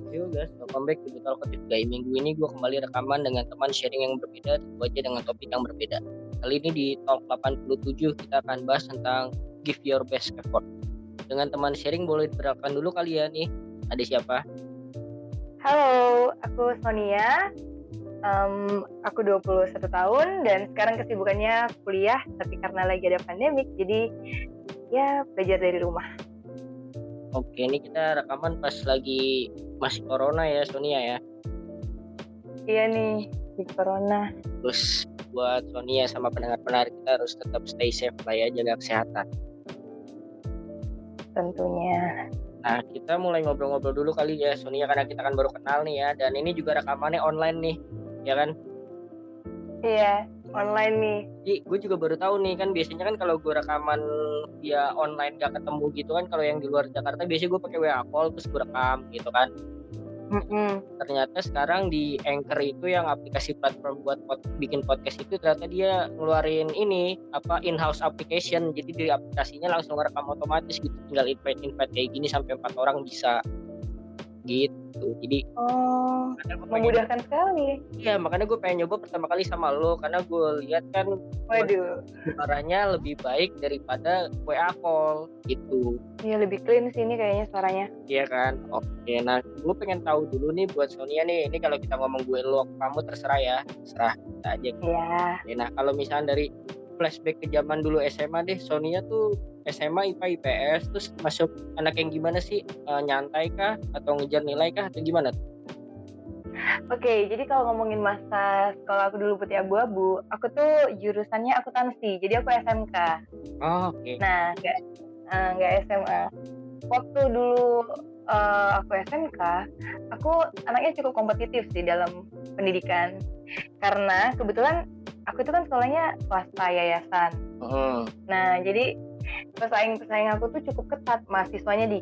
Yo guys, welcome back to Digital Talkative Guy. Minggu ini gue kembali rekaman dengan teman sharing yang berbeda, tentu aja dengan topik yang berbeda. Kali ini di Talk 87 kita akan bahas tentang give your best effort. Dengan teman sharing boleh diperkenalkan dulu kali ya nih. Ada siapa? Halo, aku Sonia. Aku 21 tahun dan sekarang kesibukannya kuliah, tapi karena lagi ada pandemik, jadi ya belajar dari rumah. Oke, ini kita rekaman pas lagi masih corona ya Sonia ya. Iya nih, di corona. Terus buat Sonia sama pendengar-pendengar kita harus tetap stay safe lah ya, jaga kesehatan. Tentunya. Nah, kita mulai ngobrol-ngobrol dulu kali ya Sonia, karena kita kan baru kenal nih ya. Dan ini juga rekamannya online nih, ya kan? Iya, online nih. Jadi gue juga baru tahu nih, kan biasanya kan kalau gue rekaman via online gak ketemu gitu kan, kalau yang di luar Jakarta biasanya gue pakai WA call terus gue rekam gitu kan. Ternyata sekarang di Anchor itu yang aplikasi platform buat bikin podcast itu, ternyata dia ngeluarin ini in-house application. Jadi di aplikasinya langsung rekam otomatis gitu, tinggal invite kayak gini sampai 4 orang bisa gitu. Jadi memudahkan sekali. Iya, makanya gue pengen nyoba pertama kali sama lo, karena gue lihat kan suaranya lebih baik daripada WA call gitu. Iya, lebih clean sih ini kayaknya suaranya. Iya kan? Oke, nah gue pengen tahu dulu nih buat Sonia nih, ini kalau kita ngomong gue lo kamu terserah ya, terserah kita aja. Iya. Oke, nah kalau misalnya dari flashback ke zaman dulu SMA deh, Sonia tuh SMA IPA IPS terus masuk anak yang gimana sih? Nyantai kah atau ngejar nilai kah atau gimana? Oke, jadi kalau ngomongin masa sekolah aku dulu putih abu-abu, aku tuh jurusannya akuntansi, jadi aku SMK. Oke. Nah, nggak SMA. Waktu dulu aku SMK, aku anaknya cukup kompetitif sih dalam pendidikan, karena kebetulan aku tuh kan sekolahnya swasta yayasan. Nah, jadi pesaing aku tuh cukup ketat, siswanya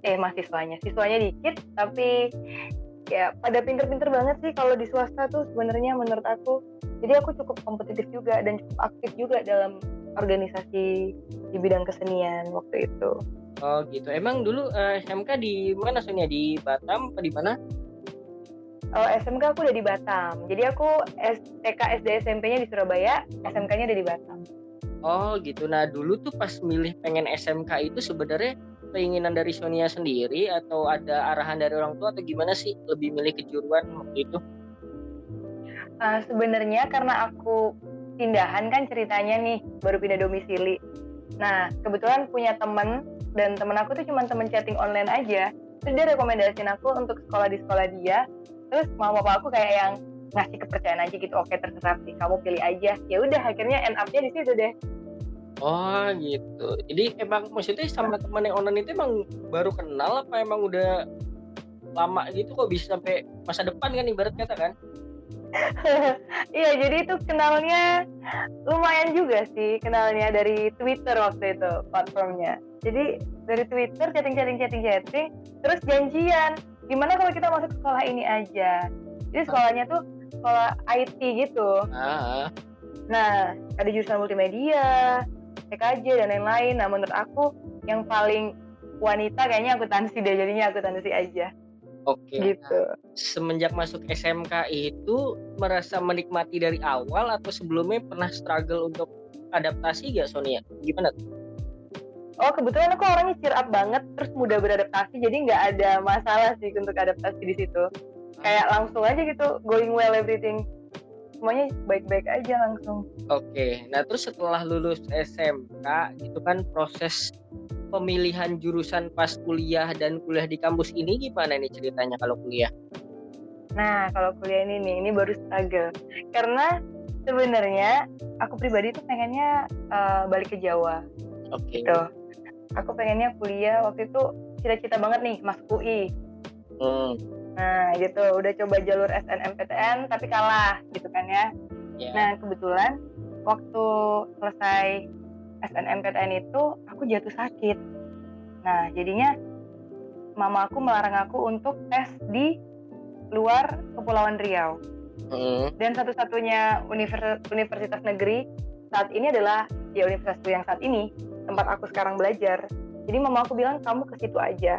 dikit, tapi ya pada pinter-pinter banget sih kalau di swasta tuh sebenarnya menurut aku. Jadi aku cukup kompetitif juga dan cukup aktif juga dalam organisasi di bidang kesenian waktu itu. Oh gitu. Emang dulu SMK di mana Sonia? Di Batam apa di mana? SMK aku udah di Batam. Jadi aku TK, SD, SMP-nya di Surabaya, SMK-nya ada di Batam. Oh gitu. Nah dulu tuh pas milih pengen SMK itu sebenarnya keinginan dari Sonia sendiri atau ada arahan dari orang tua atau gimana sih lebih milih kejuruan waktu itu? Sebenarnya karena aku pindahan kan ceritanya nih, baru pindah domisili. Nah kebetulan punya temen, dan temen aku tuh cuma temen chatting online aja. Terus dia rekomendasiin aku untuk sekolah di sekolah dia. Terus mama papa aku kayak yang ngasih kepercayaan aja gitu, oke terserah sih, kamu pilih aja. Ya udah, akhirnya end up-nya di situ deh. Oh gitu. Jadi emang maksudnya sama teman yang online itu emang baru kenal apa emang udah lama gitu kok bisa sampai masa depan kan ibarat kata kan? Iya, jadi itu kenalnya lumayan juga sih, kenalnya dari Twitter waktu itu platformnya. Jadi dari Twitter chatting, terus janjian. Gimana kalau kita masuk sekolah ini aja? Jadi sekolahnya tuh sekolah IT gitu. Nah, ada jurusan multimedia, TKJ dan lain-lain. Nah, menurut aku yang paling wanita kayaknya akuntansi deh, jadinya akuntansi aja. Oke. Gitu. Nah, semenjak masuk SMK itu merasa menikmati dari awal atau sebelumnya pernah struggle untuk adaptasi gak Sonia? Gimana tuh? Oh, kebetulan aku orangnya cheer up banget, terus mudah beradaptasi, jadi nggak ada masalah sih untuk adaptasi di situ. Kayak langsung aja gitu, going well everything. Semuanya baik-baik aja langsung. Oke, nah terus setelah lulus SMK gitu kan proses pemilihan jurusan pas kuliah dan kuliah di kampus ini gimana nih ceritanya kalau kuliah? Nah, kalau kuliah ini baru struggle. Karena sebenarnya aku pribadi tuh pengennya balik ke Jawa. Oke. Gitu. Aku pengennya kuliah waktu itu cita-cita banget nih masuk UI. Nah gitu, udah coba jalur SNMPTN tapi kalah gitu kan ya. Nah kebetulan waktu selesai SNMPTN itu aku jatuh sakit. Nah jadinya mama aku melarang aku untuk tes di luar Kepulauan Riau. Dan satu-satunya universitas negeri saat ini adalah ya universitas yang saat ini tempat aku sekarang belajar. Jadi mama aku bilang kamu ke situ aja.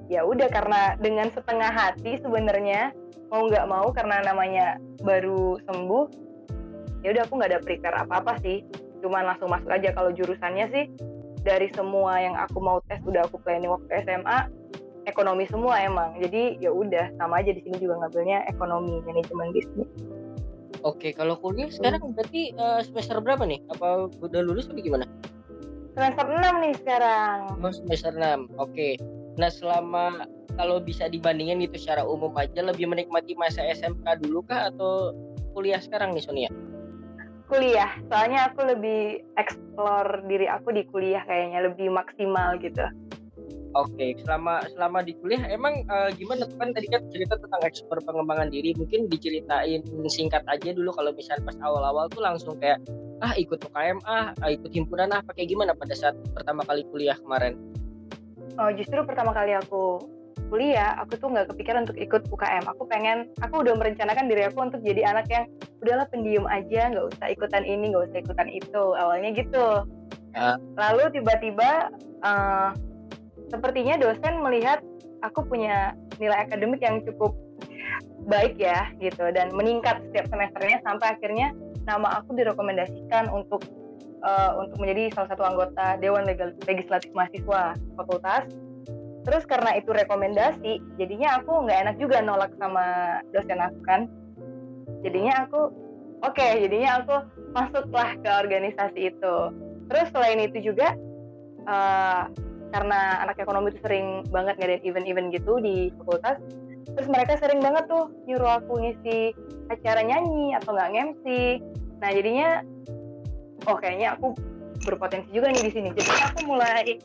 ya udah, karena dengan setengah hati sebenarnya, mau nggak mau karena namanya baru sembuh, ya udah aku nggak ada prepare apa-apa sih, cuman langsung masuk aja. Kalau jurusannya sih dari semua yang aku mau tes udah aku planning waktu SMA, ekonomi semua emang. Jadi ya udah, sama aja di sini juga ngambilnya ekonomi manajemen bisnis. Oke, kalau kuliah sekarang berarti semester berapa nih? Apa udah lulus atau gimana? Semester 6 nih sekarang. Oh, semester 6. Oke. Nah, selama kalau bisa dibandingin itu secara umum aja, lebih menikmati masa SMK dulu kah atau kuliah sekarang nih Sonia? Kuliah, soalnya aku lebih explore diri aku di kuliah, kayaknya lebih maksimal gitu. Oke, selama di kuliah emang gimana tuh, kan tadi kan cerita tentang ekspor pengembangan diri, mungkin diceritain singkat aja dulu kalau misalnya pas awal-awal tuh langsung kayak ikut UKM ikut himpunan pakai gimana pada saat pertama kali kuliah kemarin? Oh, justru pertama kali aku kuliah, aku tuh nggak kepikiran untuk ikut UKM. Aku udah merencanakan diri aku untuk jadi anak yang udahlah pendiam aja, nggak usah ikutan ini, nggak usah ikutan itu. Awalnya gitu. Lalu tiba-tiba sepertinya dosen melihat aku punya nilai akademik yang cukup baik ya gitu, dan meningkat setiap semesternya sampai akhirnya nama aku direkomendasikan untuk menjadi salah satu anggota Dewan Legislatif Mahasiswa Fakultas. Terus karena itu rekomendasi, jadinya aku nggak enak juga nolak sama dosen aku kan. Jadinya aku masuklah ke organisasi itu. Terus selain itu juga karena anak ekonomi itu sering banget ngadain event-event gitu di fakultas, terus mereka sering banget tuh nyuruh aku ngisi acara nyanyi atau nggak nge-MC. Nah jadinya kayaknya aku berpotensi juga nih di sini. Jadi aku mulai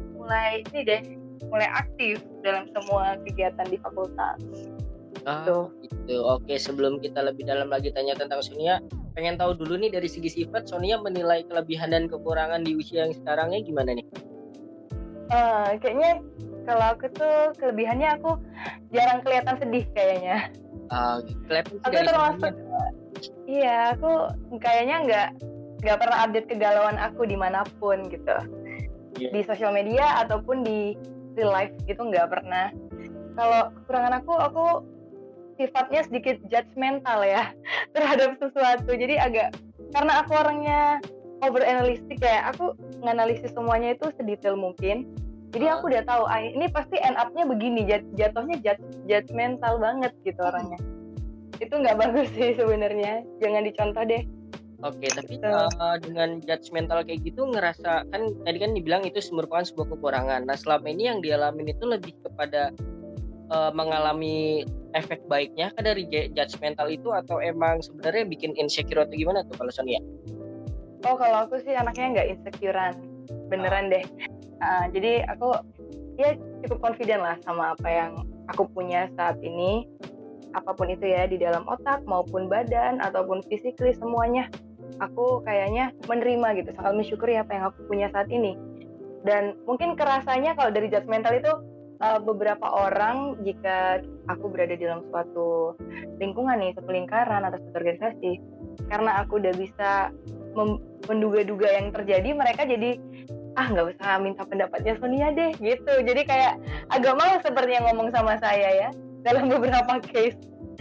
aktif dalam semua kegiatan di fakultas. Gitu. Oke, sebelum kita lebih dalam lagi tanya tentang Sonia, pengen tahu dulu nih dari segi sifat, Sonia menilai kelebihan dan kekurangan di usia yang sekarangnya gimana nih? Kayaknya kalau aku tuh kelebihannya aku jarang kelihatan sedih kayaknya. Kelihatan aku termasuk aku kayaknya nggak pernah update kegalauan aku dimanapun gitu. Di sosial media ataupun di real life gitu nggak pernah. Kalau kekurangan aku sifatnya sedikit judgmental ya terhadap sesuatu. Jadi karena aku orangnya over analytic ya, aku nganalisis semuanya itu sedetail mungkin. Jadi aku udah tahu ini pasti end up-nya begini, jatuhnya judgmental banget gitu orangnya. Itu nggak bagus sih sebenarnya, jangan dicontoh deh. Oke, tapi dengan judgmental kayak gitu, ngerasa kan tadi kan dibilang itu merupakan sebuah kekurangan. Nah selama ini yang dialamin itu lebih kepada mengalami efek baiknya kan dari judgmental itu, atau emang sebenarnya bikin insecure atau gimana tuh kalau Sonia? Kalau aku sih anaknya nggak insecurean, beneran deh. Jadi aku ya cukup confident lah sama apa yang aku punya saat ini, apapun itu ya, di dalam otak maupun badan ataupun physically semuanya. Aku kayaknya menerima gitu, sangat mensyukuri apa yang aku punya saat ini. Dan mungkin kerasanya kalau dari judgmental itu beberapa orang, jika aku berada dalam suatu lingkungan nih, suatu lingkaran atau suatu organisasi, karena aku udah bisa menduga-duga yang terjadi, mereka jadi nggak usah minta pendapatnya Sonia deh gitu. Jadi kayak agak malas sepertinya ngomong sama saya ya dalam beberapa case.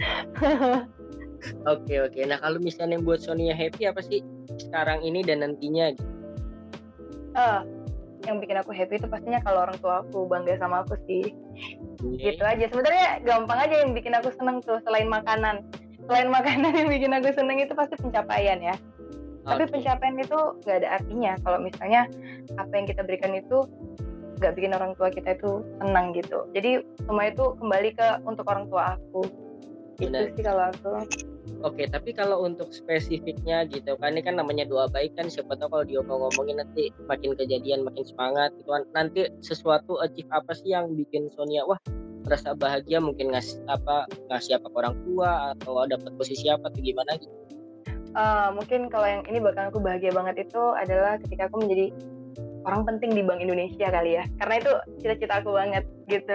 Oke. Nah kalau misalnya yang buat Sonia happy apa sih sekarang ini dan nantinya gitu? Yang bikin aku happy itu pastinya kalau orang tua aku bangga sama aku sih. Gitu aja. Sebenarnya gampang aja yang bikin aku seneng tuh, selain makanan yang bikin aku seneng itu pasti pencapaian ya. Tapi pencapaian itu gak ada artinya kalau misalnya apa yang kita berikan itu gak bikin orang tua kita itu senang gitu. Jadi semua itu kembali untuk orang tua aku. Benar. Itu sih kalau aku. Oke, tapi kalau untuk spesifiknya gitu kan, ini kan namanya doa baik kan, siapa tahu kalau diomong-ngomongin nanti makin kejadian, makin semangat gitu kan. Nanti sesuatu achieve apa sih yang bikin Sonia merasa bahagia, mungkin ngasih apa ke orang tua atau dapat posisi apa atau gimana gitu? Mungkin kalau yang ini bakal aku bahagia banget itu adalah ketika aku menjadi orang penting di Bank Indonesia kali ya, karena itu cita-cita aku banget gitu.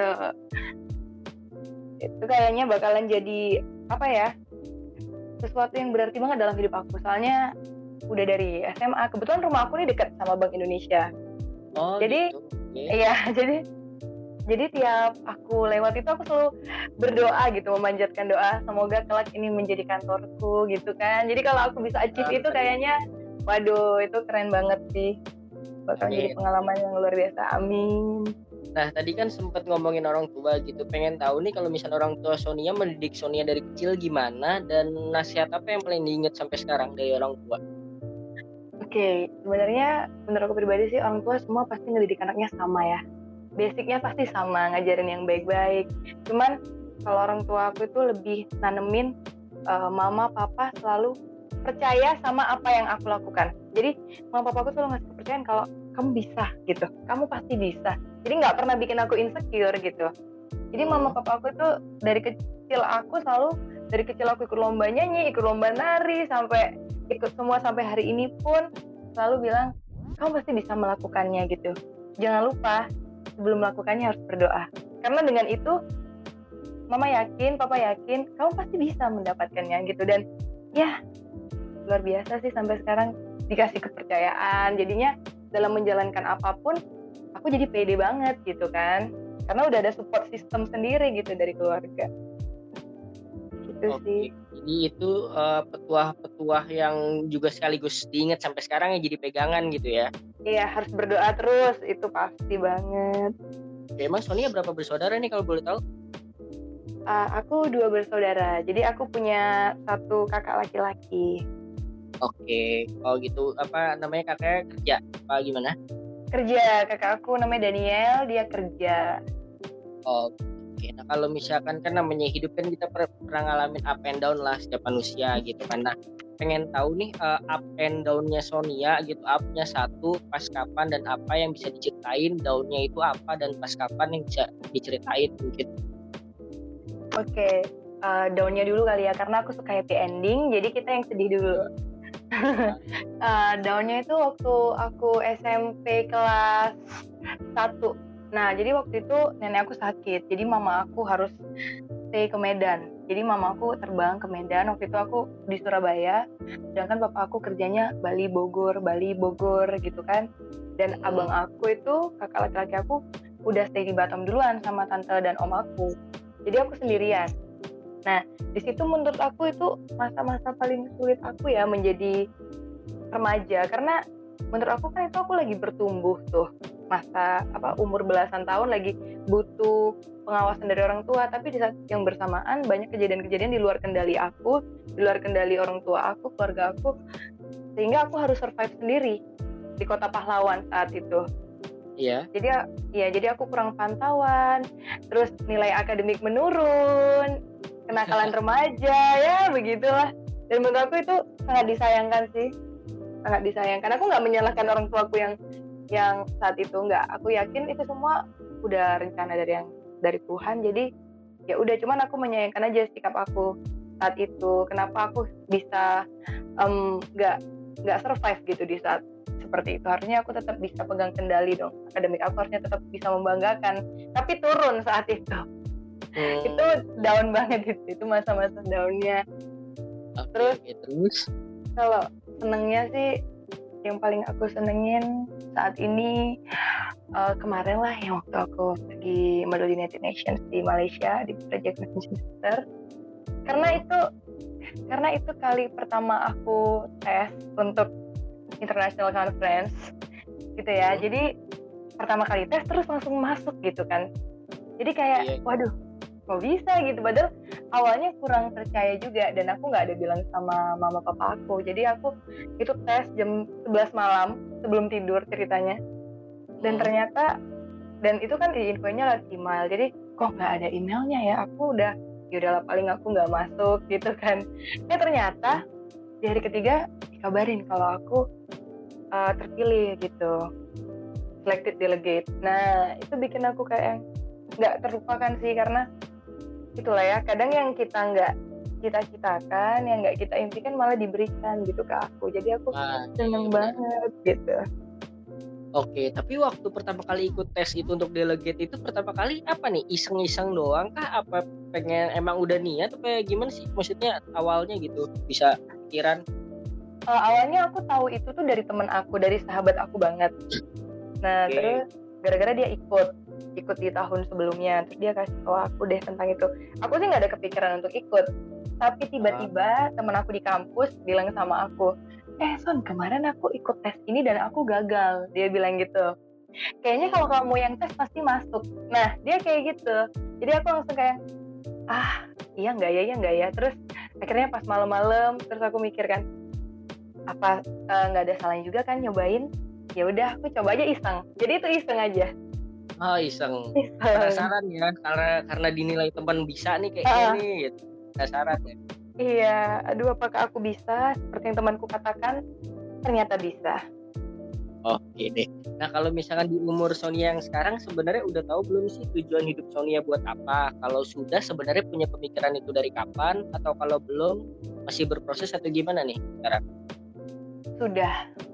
Itu kayaknya bakalan jadi sesuatu yang berarti banget dalam hidup aku. Soalnya udah dari SMA, kebetulan rumah aku ini dekat sama Bank Indonesia. Jadi gitu. Iya, jadi Jadi tiap aku lewat itu aku selalu berdoa gitu, memanjatkan doa semoga kelak ini menjadi kantorku gitu kan. Jadi kalau aku bisa achieve itu kayaknya waduh itu keren banget sih. Bakal jadi pengalaman yang luar biasa. Amin. Nah tadi kan sempat ngomongin orang tua gitu, pengen tahu nih kalau misalnya orang tua Sonia mendidik Sonia dari kecil gimana, dan nasihat apa yang paling diingat sampai sekarang dari orang tua? Oke, sebenarnya menurut aku pribadi sih orang tua semua pasti ngedidik anaknya sama ya. Basicnya pasti sama, ngajarin yang baik-baik. Cuman kalau orang tua aku itu lebih nanemin mama papa selalu percaya sama apa yang aku lakukan. Jadi mama papa aku selalu ngasih kepercayaan kalau kamu bisa gitu, kamu pasti bisa. Jadi nggak pernah bikin aku insecure gitu. Jadi mama papa aku itu dari kecil aku ikut lomba nyanyi, ikut lomba nari, sampai ikut semua sampai hari ini pun selalu bilang kamu pasti bisa melakukannya gitu. Jangan lupa sebelum melakukannya harus berdoa. Karena dengan itu mama yakin, papa yakin kamu pasti bisa mendapatkannya gitu. Dan ya luar biasa sih sampai sekarang dikasih kepercayaan. Jadinya dalam menjalankan apapun aku jadi pede banget gitu kan. Karena udah ada support system sendiri gitu dari keluarga. Gitu sih. Jadi itu petuah-petuah yang juga sekaligus diingat sampai sekarang ya, jadi pegangan gitu ya. Iya, harus berdoa terus, itu pasti banget. Emang Sonia berapa bersaudara nih kalau boleh tahu? Aku 2 bersaudara, jadi aku punya 1 kakak laki-laki. Oke, kalau gitu apa namanya, kakaknya kerja apa gimana? Kerja, kakak aku namanya Daniel, dia kerja. Oke, nah kalau misalkan kan namanya hidup kan kita pernah ngalamin up and down lah setiap manusia gitu kan. Nah pengen tahu nih up and down-nya Sonia gitu, up-nya satu pas kapan dan apa yang bisa diceritain, down-nya itu apa dan pas kapan yang bisa diceritain mungkin. Oke, down-nya dulu kali ya, karena aku suka happy ending, jadi kita yang sedih dulu. Down-nya itu waktu aku SMP kelas 1. Nah, jadi waktu itu nenek aku sakit, jadi mama aku harus stay ke Medan. Jadi mama aku terbang ke Medan, waktu itu aku di Surabaya, sedangkan papa aku kerjanya Bali Bogor gitu kan. Dan abang aku itu, kakak laki-laki aku, udah stay di Batam duluan sama tante dan om aku. Jadi aku sendirian. Nah, di situ menurut aku itu masa-masa paling sulit aku ya menjadi remaja, karena menurut aku kan itu aku lagi bertumbuh tuh, masa umur belasan tahun lagi butuh pengawasan dari orang tua, tapi di saat yang bersamaan banyak kejadian-kejadian di luar kendali aku, di luar kendali orang tua aku, keluarga aku, sehingga aku harus survive sendiri di kota pahlawan saat itu. Iya. Jadi aku kurang pantauan, terus nilai akademik menurun, kenakalan remaja, ya begitulah. Dan menurut aku itu sangat disayangkan sih, sangat disayangkan. Aku nggak menyalahkan orang tuaku yang saat itu, nggak. Aku yakin itu semua udah rencana dari Tuhan. Jadi ya udah, cuman aku menyayangkan aja sikap aku saat itu. Kenapa aku bisa nggak survive gitu di saat seperti itu. Harusnya aku tetap bisa pegang kendali dong. Akademik aku harusnya tetap bisa membanggakan. Tapi turun saat itu. Itu down banget itu masa-masa downnya. Terus kalau senengnya sih, yang paling aku senengin saat ini kemarin lah yang waktu aku pergi Model United Nations di Malaysia di Project Mission Center. Karena itu kali pertama aku tes untuk international conference gitu ya. Jadi pertama kali tes terus langsung masuk gitu kan. Jadi kayak waduh, kok bisa gitu, padahal awalnya kurang percaya juga, dan aku nggak ada bilang sama mama papa aku. Jadi aku itu tes jam 11 malam sebelum tidur ceritanya, dan ternyata, dan itu kan di infonya lewat email, jadi kok nggak ada emailnya ya. Aku udah yaudahlah paling aku nggak masuk gitu kan. Ternyata di hari ketiga dikabarin kalau aku terpilih gitu, selected delegate. Nah itu bikin aku kayak nggak terlupakan sih, karena itulah ya, kadang yang kita nggak cita-citakan, yang nggak kita impikan malah diberikan gitu ke aku. Jadi aku seneng banget gitu. Oke, tapi waktu pertama kali ikut tes itu untuk delegate itu pertama kali apa nih? Iseng-iseng doang kah? Apa pengen emang udah niat? Apa gimana sih? Maksudnya awalnya gitu bisa pikiran? Awalnya aku tahu itu tuh dari temen aku, dari sahabat aku banget. Nah terus gara-gara dia ikut. ikut di tahun sebelumnya, terus dia kasih tahu aku deh tentang itu. Aku sih nggak ada kepikiran untuk ikut, tapi tiba-tiba temen aku di kampus bilang sama aku, Son, kemarin aku ikut tes ini dan aku gagal. Dia bilang gitu. Kayaknya kalau kamu yang tes pasti masuk. Nah, dia kayak gitu. Jadi aku langsung kayak, iya nggak ya. Terus akhirnya pas malam-malam, terus aku mikir kan, apa nggak ada salahnya juga kan nyobain. Ya udah, aku coba aja iseng. Jadi itu iseng aja. Oh, iseng. Penasaran ya, karena dinilai teman bisa nih kayak gini gitu. Penasaran ya. Iya, aduh apakah aku bisa seperti yang temanku katakan? Ternyata bisa. Oke deh. Nah, kalau misalkan di umur Sonia yang sekarang sebenarnya udah tahu belum sih tujuan hidup Sonia buat apa? Kalau sudah sebenarnya punya pemikiran itu dari kapan? Atau kalau belum masih berproses atau gimana nih sekarang? Sudah.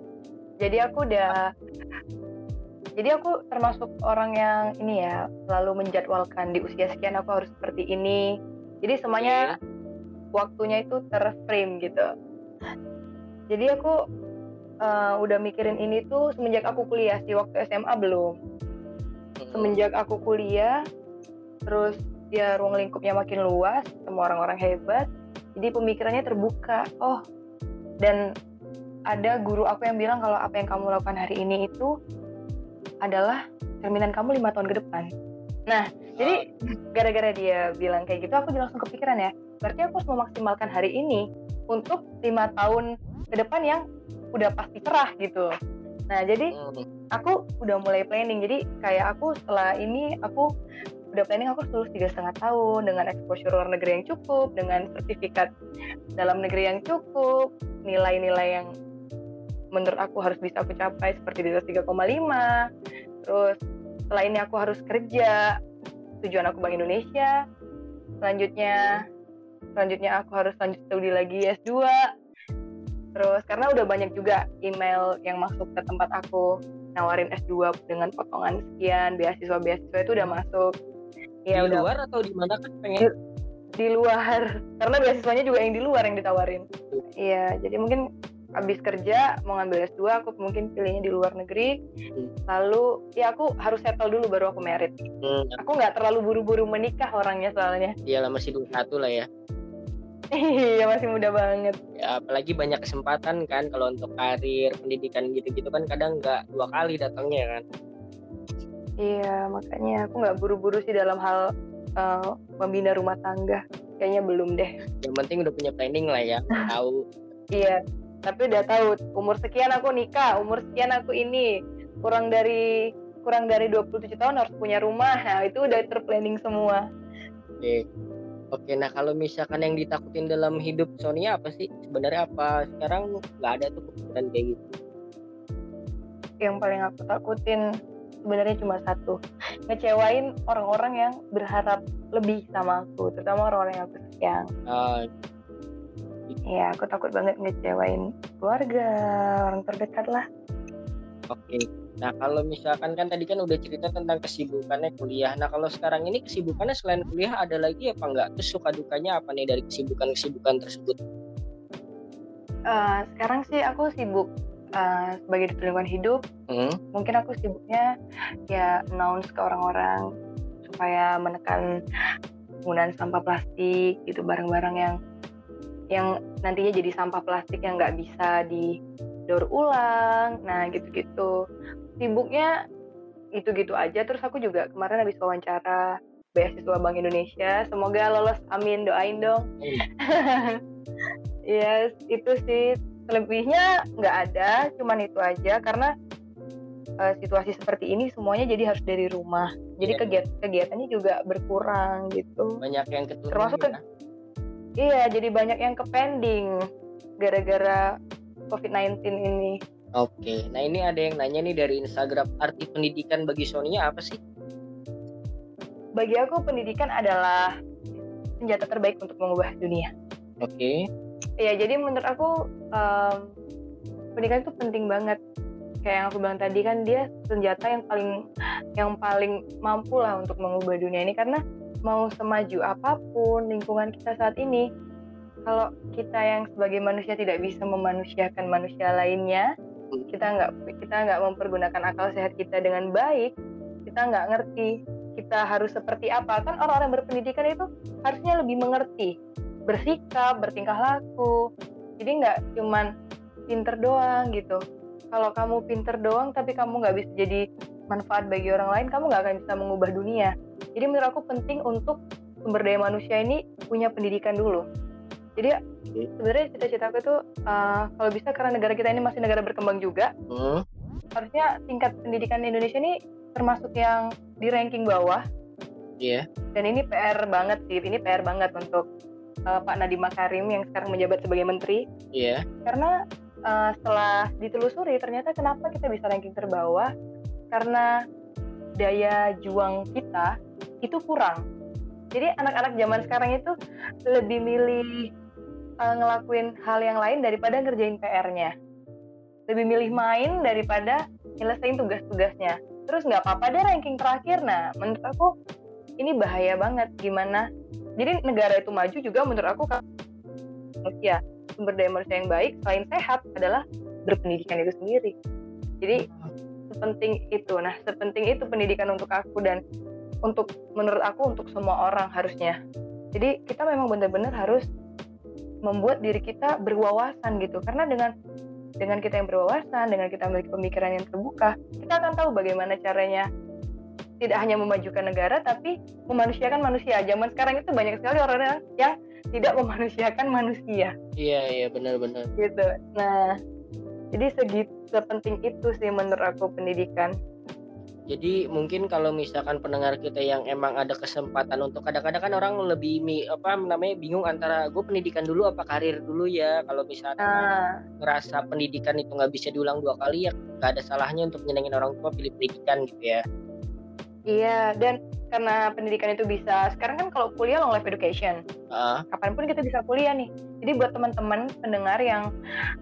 Jadi aku termasuk orang yang ini ya, selalu menjadwalkan di usia sekian aku harus seperti ini. Jadi semuanya waktunya itu terframe gitu. Jadi aku udah mikirin ini tuh semenjak aku kuliah sih, waktu SMA belum. Semenjak aku kuliah, terus ya ruang lingkupnya makin luas, semua orang-orang hebat, jadi pemikirannya terbuka. Dan ada guru aku yang bilang kalau apa yang kamu lakukan hari ini itu adalah cerminan kamu 5 tahun ke depan. Nah, jadi gara-gara dia bilang kayak gitu, aku langsung kepikiran ya, berarti aku harus memaksimalkan hari ini untuk 5 tahun ke depan yang udah pasti cerah gitu. Nah, jadi aku udah mulai planning. Jadi kayak aku setelah ini, aku udah planning aku harus lulus 3,5 tahun dengan exposure luar negeri yang cukup, dengan sertifikat dalam negeri yang cukup, nilai-nilai yang menurut aku harus bisa aku capai seperti di atas 3,5. Terus setelah ini aku harus kerja, tujuan aku Bank Indonesia. Selanjutnya aku harus lanjut studi lagi S2. Terus karena udah banyak juga email yang masuk ke tempat aku nawarin S2 dengan potongan sekian, beasiswa itu udah masuk. Ya, di luar atau di mana kan pengen? Di luar, karena beasiswanya juga yang di luar yang ditawarin. Iya, jadi mungkin habis kerja mau ngambil S2, aku mungkin pilihnya di luar negeri. Lalu ya aku harus settle dulu baru aku merit. Aku nggak terlalu buru-buru menikah orangnya soalnya. Iyalah, masih 21 lah ya. Iya, masih muda banget. Ya, apalagi banyak kesempatan kan kalau untuk karir, pendidikan gitu-gitu kan kadang nggak 2 kali datangnya kan. Iya, makanya aku nggak buru-buru sih dalam hal membina rumah tangga. Kayaknya belum deh. Yang penting udah punya planning lah ya, tahu. Iya, tapi udah tahu umur sekian aku nikah, umur sekian aku ini, kurang dari 27 tahun harus punya rumah. Nah, itu udah terplanning semua. Oke, nah kalau misalkan yang ditakutin dalam hidup Sonia apa sih? Sebenarnya apa? Sekarang nggak ada tuh kepikiran kayak gitu. Yang paling aku takutin sebenarnya cuma satu, ngecewain orang-orang yang berharap lebih sama aku, terutama orang-orang yang aku sayang. Iya, aku takut banget ngecewain keluarga, orang terdekat lah. Oke. Nah, kalau misalkan kan tadi kan udah cerita tentang kesibukannya kuliah. Nah, kalau sekarang ini kesibukannya selain kuliah ada lagi apa enggak? Terus suka dukanya apa nih dari kesibukan tersebut? Sekarang sih aku sibuk sebagai duta lingkungan hidup. Mungkin aku sibuknya ya announce ke orang-orang supaya menekan penggunaan sampah plastik gitu, barang-barang yang nantinya jadi sampah plastik yang nggak bisa didaur ulang. Nah, gitu-gitu. Sibuknya itu-gitu aja. Terus aku juga kemarin habis wawancara beasiswa Bank Indonesia. Semoga lolos, amin, doain dong. Yes, itu sih. Selebihnya nggak ada, cuman itu aja. Karena situasi seperti ini semuanya jadi harus dari rumah. Jadi kegiatannya juga berkurang gitu. Banyak yang ketunda. Termasuk iya, jadi banyak yang pending gara-gara COVID-19 ini. Oke, nah ini ada yang nanya nih dari Instagram, arti pendidikan bagi Sonia apa sih? Bagi aku pendidikan adalah senjata terbaik untuk mengubah dunia. Oke. Ya, jadi menurut aku pendidikan itu penting banget. Kayak yang aku bilang tadi kan, dia senjata yang paling mampu lah untuk mengubah dunia ini, karena mau semaju apapun lingkungan kita saat ini, kalau kita yang sebagai manusia tidak bisa memanusiakan manusia lainnya, kita nggak mempergunakan akal sehat kita dengan baik, kita nggak ngerti kita harus seperti apa. Kan orang-orang yang berpendidikan itu harusnya lebih mengerti bersikap, bertingkah laku. Jadi nggak cuman pinter doang gitu. Kalau kamu pinter doang tapi kamu nggak bisa jadi manfaat bagi orang lain, kamu nggak akan bisa mengubah dunia. Jadi menurut aku penting untuk sumber daya manusia ini punya pendidikan dulu. Jadi sebenarnya cita-citaku itu kalau bisa, karena negara kita ini masih negara berkembang juga, harusnya tingkat pendidikan Indonesia ini termasuk yang di ranking bawah. Iya. Dan ini PR banget sih, ini PR banget untuk Pak Nadiem Makarim yang sekarang menjabat sebagai menteri. Iya. Karena setelah ditelusuri ternyata kenapa kita bisa ranking terbawah, karena daya juang kita itu kurang. Jadi anak-anak zaman sekarang itu lebih milih ngelakuin hal yang lain daripada ngerjain PR-nya. Lebih milih main daripada nyelesain tugas-tugasnya. Terus nggak apa-apa deh ranking terakhir. Nah, menurut aku ini bahaya banget. Gimana? Jadi negara itu maju juga menurut aku manusia. Sumber daya manusia yang baik selain sehat adalah berpendidikan itu sendiri. Jadi sepenting itu. Nah, sepenting itu pendidikan untuk aku dan menurut aku untuk semua orang harusnya. Jadi kita memang benar-benar harus membuat diri kita berwawasan gitu. Karena dengan kita yang berwawasan, dengan kita memiliki pemikiran yang terbuka, kita akan tahu bagaimana caranya tidak hanya memajukan negara tapi memanusiakan manusia. Zaman sekarang itu banyak sekali orang yang tidak memanusiakan manusia. Iya benar-benar. Gitu. Nah, jadi sepenting itu sih menurut aku pendidikan. Jadi mungkin kalau misalkan pendengar kita yang emang ada kesempatan untuk, kadang-kadang kan orang lebih bingung antara gue pendidikan dulu apa karir dulu ya. Kalau misalnya ngerasa pendidikan itu nggak bisa diulang 2 kali, ya nggak ada salahnya untuk nyenengin orang tua pilih pendidikan gitu ya. Iya, dan karena pendidikan itu bisa, sekarang kan kalau kuliah long life education, kapanpun kita bisa kuliah nih. Jadi buat teman-teman pendengar yang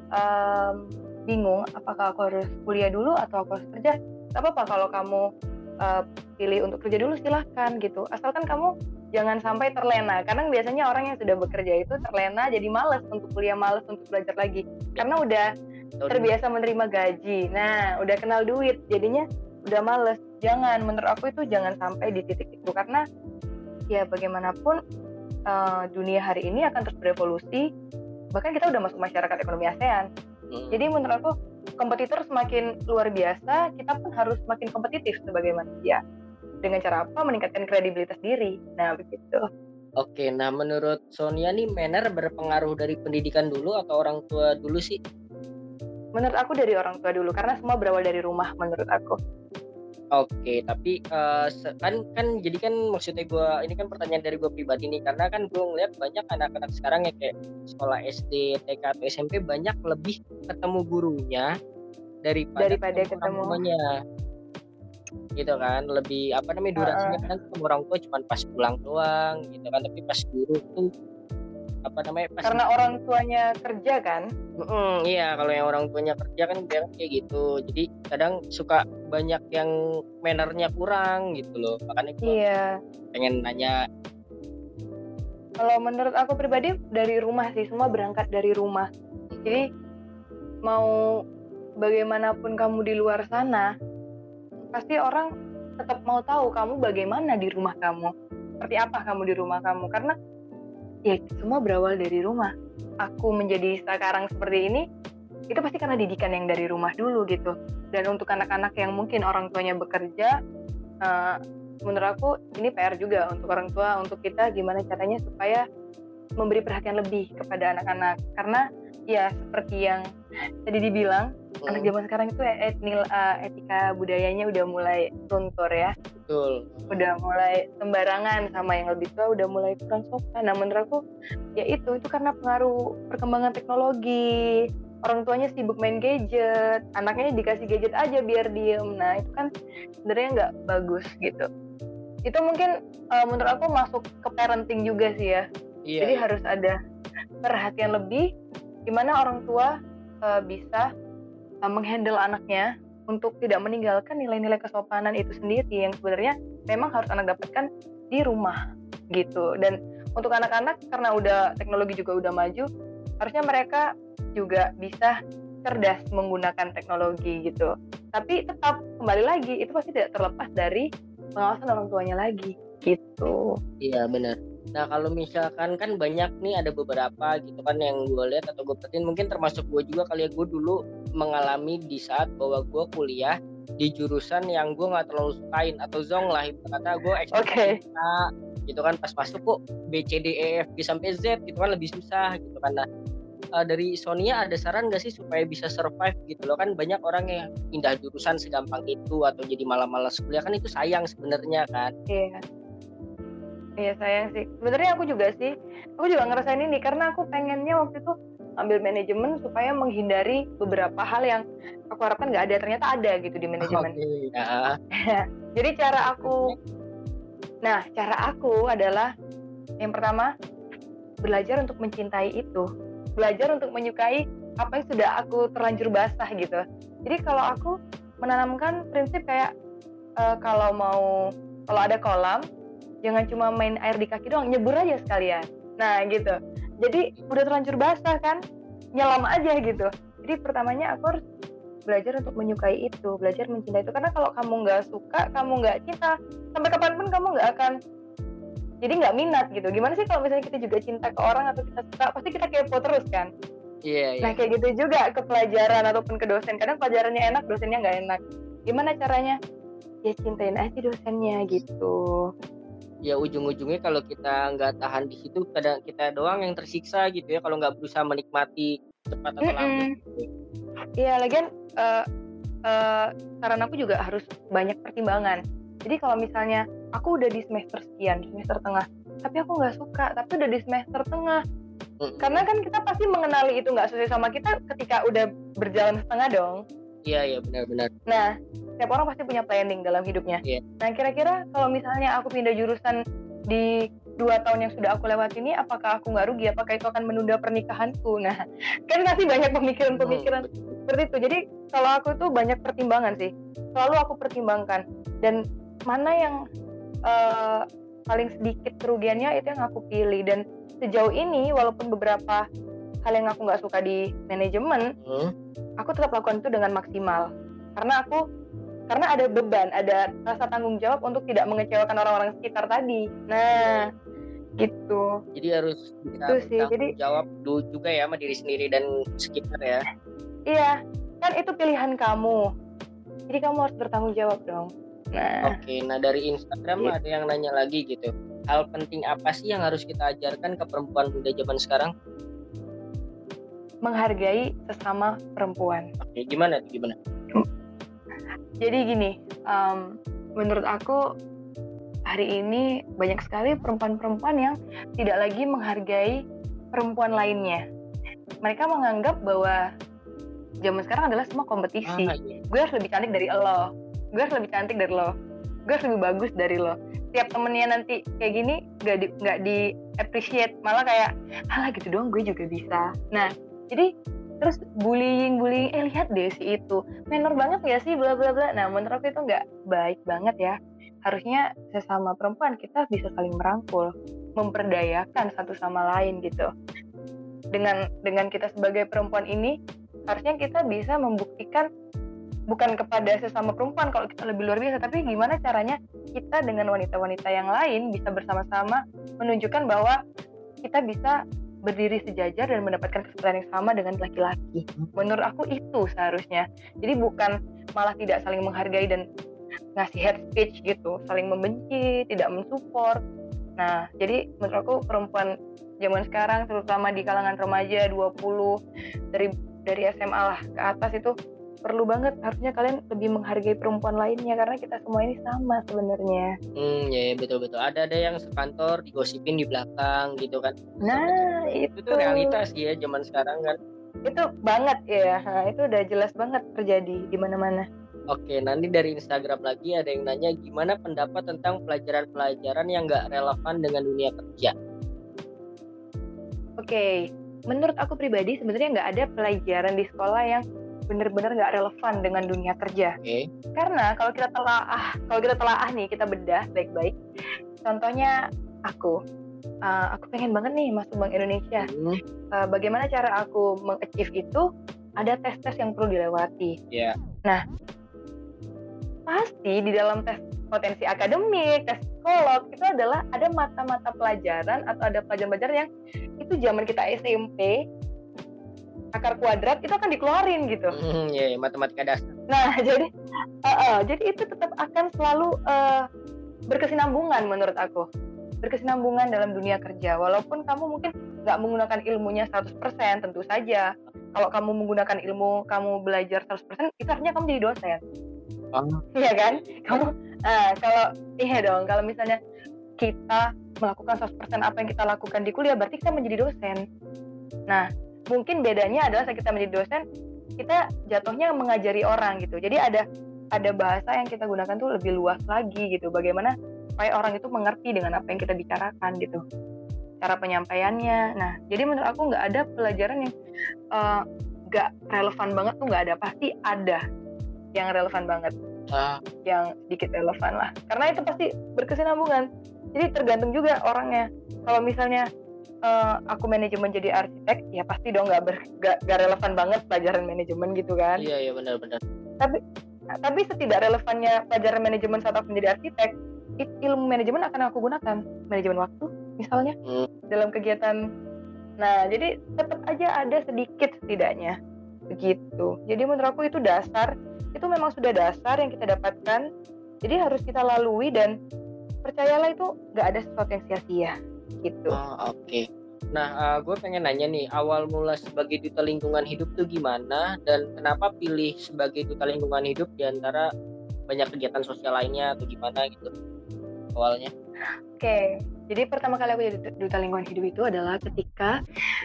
bingung apakah aku harus kuliah dulu atau aku harus kerja, gak apa-apa kalau kamu pilih untuk kerja dulu, silahkan gitu. Asalkan kamu jangan sampai terlena. Karena biasanya orang yang sudah bekerja itu terlena, jadi malas untuk kuliah, malas untuk belajar lagi. Karena udah terbiasa menerima gaji. Nah, udah kenal duit, jadinya udah males. Jangan, menurut aku itu jangan sampai di titik itu. Karena ya bagaimanapun dunia hari ini akan terus berevolusi. Bahkan kita udah masuk masyarakat ekonomi ASEAN. Jadi menurut aku kompetitor semakin luar biasa, kita pun harus semakin kompetitif sebagai manusia. Dengan cara apa? Meningkatkan kredibilitas diri. Nah, begitu. Oke, nah menurut Sonia nih, manner berpengaruh dari pendidikan dulu atau orang tua dulu sih? Menurut aku dari orang tua dulu, karena semua berawal dari rumah menurut aku. Oke, tapi kan jadi kan maksudnya gue, ini kan pertanyaan dari gue pribadi nih, karena kan gue ngeliat banyak anak-anak sekarang ya kayak sekolah SD, TK atau SMP banyak lebih ketemu gurunya daripada ketemu temannya, gitu kan. Lebih durasinya kadang ketemu orang tua cuma pas pulang doang, gitu kan. Tapi pas guru tuh karena orang tuanya kerja kan. Iya, kalau yang orang tuanya kerja kan dia kayak gitu. Jadi kadang suka banyak yang mannernya kurang gitu loh. Makanya gue pengen nanya. Kalau menurut aku pribadi dari rumah sih, semua berangkat dari rumah. Jadi mau bagaimanapun kamu di luar sana, pasti orang tetap mau tahu kamu bagaimana di rumah kamu, seperti apa kamu di rumah kamu. Karena ya semua berawal dari rumah. Aku menjadi sekarang seperti ini, itu pasti karena didikan yang dari rumah dulu gitu. Dan untuk anak-anak yang mungkin orang tuanya bekerja, menurut aku ini PR juga untuk orang tua, untuk kita gimana caranya supaya memberi perhatian lebih kepada anak-anak. Karena ya seperti yang tadi dibilang, anak zaman sekarang itu etika budayanya udah mulai luntur ya. Betul. Udah mulai sembarangan, sama yang lebih tua udah mulai kurang sopan. Nah, menurut aku ya itu karena pengaruh perkembangan teknologi. Orang tuanya sibuk main gadget, anaknya dikasih gadget aja biar diem. Nah, itu kan sebenarnya nggak bagus gitu. Itu mungkin menurut aku masuk ke parenting juga sih ya. Iya. Jadi harus ada perhatian lebih, gimana orang tua bisa menghandle anaknya untuk tidak meninggalkan nilai-nilai kesopanan itu sendiri yang sebenarnya memang harus anak dapatkan di rumah gitu. Dan untuk anak-anak, karena udah teknologi juga udah maju, harusnya mereka juga bisa cerdas menggunakan teknologi gitu. Tapi tetap kembali lagi itu pasti tidak terlepas dari pengawasan orang tuanya lagi gitu. Iya benar. Nah kalau misalkan kan banyak nih ada beberapa gitu kan yang gue lihat atau gue perhatiin, mungkin termasuk gue juga kali ya, gue dulu mengalami di saat bahwa gue kuliah di jurusan yang gue nggak terlalu sukain atau zong lah, ibarat kata gue ekspektasi gitu kan, pas masuk kok B C D E F G sampai Z gitu kan lebih susah gitu kan. Nah dari Sonia ada saran nggak sih supaya bisa survive gitu loh, kan banyak orang yang pindah jurusan segampang itu atau jadi malas kuliah, kan itu sayang sebenarnya kan. Iya sayang sih. Sebenarnya aku juga ngerasain ini karena aku pengennya waktu itu ambil manajemen supaya menghindari beberapa hal yang aku harapkan nggak ada, ternyata ada gitu di manajemen. Jadi cara aku adalah yang pertama belajar untuk mencintai itu, belajar untuk menyukai apa yang sudah aku terlanjur basah gitu. Jadi kalau aku menanamkan prinsip kayak kalau ada kolam, jangan cuma main air di kaki doang, nyebur aja sekalian. Nah gitu. Jadi udah terlanjur basah kan, nyelam aja gitu. Jadi pertamanya aku harus belajar untuk menyukai itu, belajar mencintai itu. Karena kalau kamu nggak suka, kamu nggak cinta, sampai kapanpun kamu nggak akan, jadi nggak minat gitu. Gimana sih kalau misalnya kita juga cinta ke orang atau kita suka, pasti kita kepo terus kan. Iya. Nah kayak gitu juga ke pelajaran ataupun ke dosen. Kadang pelajarannya enak, dosennya nggak enak. Gimana caranya? Ya cintain aja dosennya gitu. Ya ujung-ujungnya kalau kita nggak tahan di situ, kadang kita doang yang tersiksa gitu ya kalau nggak berusaha menikmati cepat atau lambat. Iya, lagian saran aku juga harus banyak pertimbangan. Jadi kalau misalnya aku udah di semester sekian, semester tengah, tapi aku nggak suka, tapi udah di semester tengah, karena kan kita pasti mengenali itu nggak sesuai sama kita ketika udah berjalan setengah dong. Iya benar-benar. Nah, setiap orang pasti punya planning dalam hidupnya. Nah, kira-kira kalau misalnya aku pindah jurusan di 2 tahun yang sudah aku lewati ini, apakah aku nggak rugi? Apakah itu akan menunda pernikahanku? Nah, kan masih banyak pemikiran-pemikiran seperti itu. Jadi kalau aku tuh banyak pertimbangan sih. Selalu aku pertimbangkan. Dan mana yang paling sedikit kerugiannya itu yang aku pilih. Dan sejauh ini, walaupun beberapa hal yang aku nggak suka di manajemen, aku tetap lakukan itu dengan maksimal. Karena ada beban, ada rasa tanggung jawab untuk tidak mengecewakan orang-orang sekitar tadi. Nah, gitu. Jadi harus bisa bertanggung jawab dulu juga ya sama diri sendiri dan sekitar ya. Iya, kan itu pilihan kamu. Jadi kamu harus bertanggung jawab dong. Nah. Oke, nah dari Instagram ada yang nanya lagi gitu. Hal penting apa sih yang harus kita ajarkan ke perempuan muda zaman sekarang? Menghargai sesama perempuan. Oke, gimana? Jadi gini, menurut aku hari ini banyak sekali perempuan-perempuan yang tidak lagi menghargai perempuan lainnya. Mereka menganggap bahwa zaman sekarang adalah semua kompetisi. Gue harus lebih cantik dari lo, gue harus lebih cantik dari lo, gue harus lebih bagus dari lo. Tiap temennya nanti kayak gini nggak di appreciate, malah kayak halah gitu doang gue juga bisa. Nah jadi terus bullying, lihat deh si itu menor banget gak sih, bla bla bla. Nah menurut aku itu nggak baik banget ya. Harusnya sesama perempuan kita bisa saling merangkul, memperdayakan satu sama lain gitu. Dengan kita sebagai perempuan ini, harusnya kita bisa membuktikan bukan kepada sesama perempuan kalau kita lebih luar biasa, tapi gimana caranya kita dengan wanita-wanita yang lain bisa bersama-sama menunjukkan bahwa kita bisa berdiri sejajar dan mendapatkan kesempatan yang sama dengan laki-laki. Menurut aku itu seharusnya. Jadi bukan malah tidak saling menghargai dan ngasih hate speech gitu, saling membenci, tidak mensupport. Nah, jadi menurut aku perempuan zaman sekarang, terutama di kalangan remaja 20 dari SMA lah ke atas, itu perlu banget, harusnya kalian lebih menghargai perempuan lainnya karena kita semua ini sama sebenarnya. Ya betul. Ada yang sekantor digosipin di belakang gitu kan. Nah, itu realitas ya zaman sekarang kan. Itu banget ya. Nah, itu udah jelas banget terjadi di mana-mana. Oke, nanti dari Instagram lagi ada yang nanya gimana pendapat tentang pelajaran-pelajaran yang nggak relevan dengan dunia kerja. Oke, menurut aku pribadi sebenarnya nggak ada pelajaran di sekolah yang benar-benar nggak relevan dengan dunia kerja. Karena kalau kita telaah nih, kita bedah baik-baik. Contohnya aku pengen banget nih masuk Bank Indonesia. Bagaimana cara aku mengachieve itu? Ada tes-tes yang perlu dilewati. Nah, pasti di dalam tes potensi akademik, tes psikolog itu adalah ada mata-mata pelajaran atau ada pelajaran-pelajaran yang itu zaman kita SMP akar kuadrat itu akan dikeluarin gitu. Ya, matematika dasar. Nah, jadi itu tetap akan selalu berkesinambungan menurut aku. Berkesinambungan dalam dunia kerja. Walaupun kamu mungkin nggak menggunakan ilmunya 100%, tentu saja. Kalau kamu menggunakan ilmu, kamu belajar 100%, itu artinya kamu jadi dosen. Iya kan? Kamu, kalau misalnya kita melakukan 100% apa yang kita lakukan di kuliah, berarti kita menjadi dosen. Nah, mungkin bedanya adalah saat kita menjadi dosen, kita jatuhnya mengajari orang gitu. Jadi ada bahasa yang kita gunakan tuh lebih luas lagi gitu. Bagaimana supaya orang itu mengerti dengan apa yang kita bicarakan gitu. Cara penyampaiannya. Nah, jadi menurut aku nggak ada pelajaran yang nggak relevan banget tuh, nggak ada. Pasti ada yang relevan banget. Yang sedikit relevan lah. Karena itu pasti berkesinambungan. Jadi tergantung juga orangnya. Kalau misalnya aku manajemen jadi arsitek, ya pasti dong nggak relevan banget pelajaran manajemen gitu kan. Iya benar-benar. Tapi setidak relevannya pelajaran manajemen saat aku menjadi arsitek, ilmu manajemen akan aku gunakan, manajemen waktu misalnya dalam kegiatan. Nah, jadi tetap aja ada sedikit setidaknya begitu. Jadi menurut aku itu dasar, itu memang sudah dasar yang kita dapatkan. Jadi harus kita lalui dan percayalah itu nggak ada sesuatu yang sia-sia gitu. Oke. Nah, gue pengen nanya nih, awal mula sebagai duta lingkungan hidup tuh gimana dan kenapa pilih sebagai duta lingkungan hidup di antara banyak kegiatan sosial lainnya atau gimana gitu awalnya? Oke. Jadi pertama kali aku jadi duta lingkungan hidup itu adalah ketika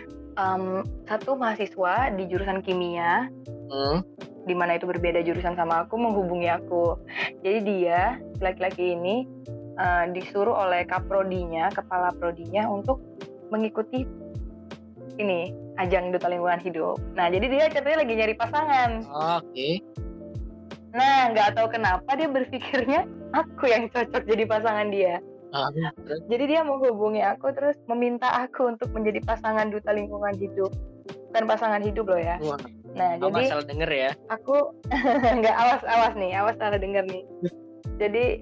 satu mahasiswa di jurusan kimia, di mana itu berbeda jurusan sama aku, menghubungi aku. Jadi dia, laki-laki ini, disuruh oleh kaprodinya, kepala prodinya untuk mengikuti ini ajang duta lingkungan hidup. Nah, jadi dia katanya lagi nyari pasangan. Oke. Nah, nggak tahu kenapa dia berpikirnya aku yang cocok jadi pasangan dia. Jadi dia menghubungi aku terus meminta aku untuk menjadi pasangan duta lingkungan hidup. Bukan pasangan hidup loh ya. Wah. Nah, jadi salah denger ya. Aku nggak awas salah denger nih. Jadi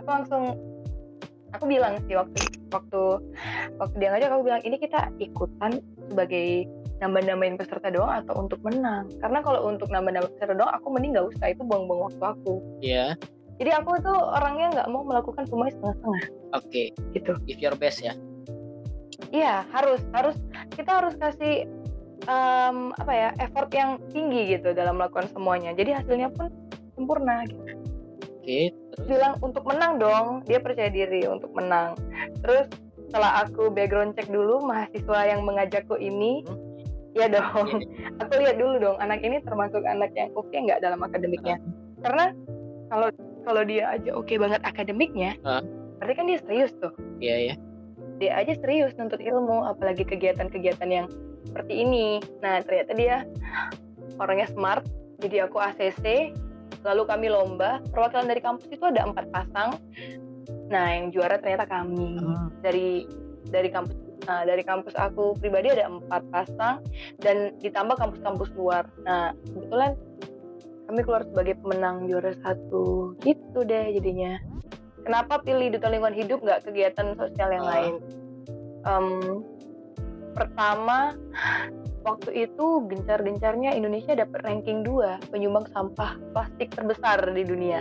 aku bilang sih waktu dia ngajak, aku bilang ini kita ikutan sebagai nambah-nambahin peserta doang atau untuk menang. Karena kalau untuk nambah-nambah peserta doang, aku mending nggak usah, itu buang-buang waktu aku. Iya. Jadi aku tuh orangnya nggak mau melakukan semuanya setengah-setengah. Oke. Gitu. Give your best ya. Iya, harus kita harus kasih effort yang tinggi gitu dalam melakukan semuanya. Jadi hasilnya pun sempurna gitu. Oke, terus bilang untuk menang dong, dia percaya diri untuk menang. Terus setelah aku background check dulu mahasiswa yang mengajakku ini, ya dong, aku lihat dulu dong anak ini termasuk anak yang oke nggak dalam akademiknya. Karena kalau dia aja oke banget akademiknya, berarti kan dia serius tuh. Iya. Dia aja serius nuntut ilmu, apalagi kegiatan-kegiatan yang seperti ini. Nah, ternyata dia orangnya smart, jadi aku ACC. Lalu kami lomba, perwakilan dari kampus itu ada 4 pasang. Nah, yang juara ternyata kami. Dari kampus aku pribadi ada 4 pasang dan ditambah kampus-kampus luar. Nah, kebetulan kami keluar sebagai pemenang juara 1. Gitu deh jadinya. Kenapa pilih duta lingkungan hidup nggak kegiatan sosial yang lain? Pertama, waktu itu gencar-gencarnya Indonesia dapat ranking 2 penyumbang sampah plastik terbesar di dunia.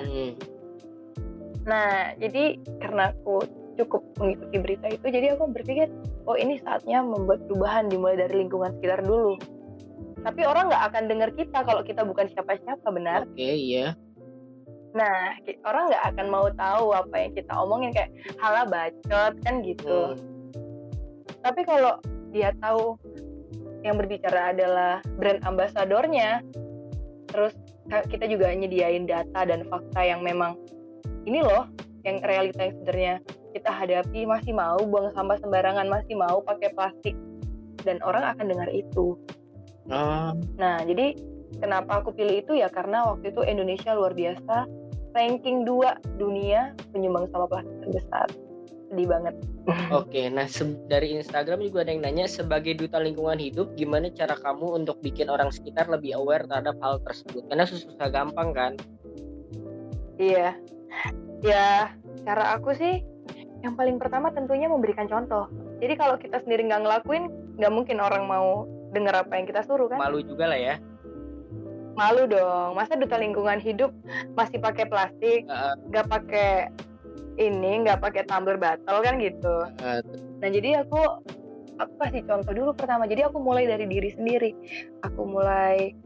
Nah, jadi karena aku cukup mengikuti berita itu, jadi aku berpikir, oh ini saatnya membuat perubahan dimulai dari lingkungan sekitar dulu. Tapi orang nggak akan dengar kita kalau kita bukan siapa-siapa, benar? Oke, iya. Nah, orang nggak akan mau tahu apa yang kita omongin, kayak halah bacot kan gitu. Tapi kalau dia tahu yang berbicara adalah brand ambasadornya, terus kita juga nyediain data dan fakta yang memang ini loh, yang realita yang sebenarnya kita hadapi, masih mau buang sampah sembarangan, masih mau pakai plastik, dan orang akan dengar itu. Nah, jadi kenapa aku pilih itu ya karena waktu itu Indonesia luar biasa, ranking 2 dunia penyumbang sampah plastik terbesar. Sedih banget. Oke, nah dari Instagram juga ada yang nanya, sebagai duta lingkungan hidup, gimana cara kamu untuk bikin orang sekitar lebih aware terhadap hal tersebut? Karena susah gampang kan? Iya, ya cara aku sih yang paling pertama tentunya memberikan contoh. Jadi kalau kita sendiri nggak ngelakuin, nggak mungkin orang mau dengar apa yang kita suruh kan? Malu juga lah ya. Malu dong. Masa duta lingkungan hidup masih pakai plastik, nggak pakai ini, nggak pakai tumbler botol kan gitu. Nah jadi aku kasih contoh dulu pertama. Jadi aku mulai dari diri sendiri. Aku mulai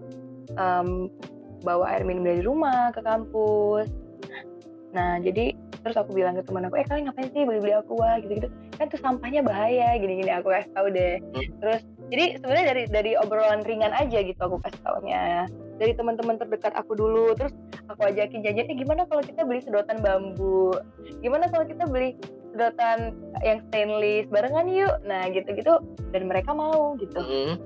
bawa air minum dari rumah ke kampus. Nah jadi terus aku bilang ke teman aku, kalian ngapain sih beli-beli aqua gitu-gitu, kan tuh sampahnya bahaya gini-gini, aku kasih tahu deh. Terus jadi sebenarnya dari obrolan ringan aja gitu aku kasih taunya, dari teman-teman terdekat aku dulu. Terus aku ajakin jajan, gimana kalau kita beli sedotan bambu, gimana kalau kita beli sedotan yang stainless barengan yuk. Nah gitu-gitu, dan mereka mau gitu.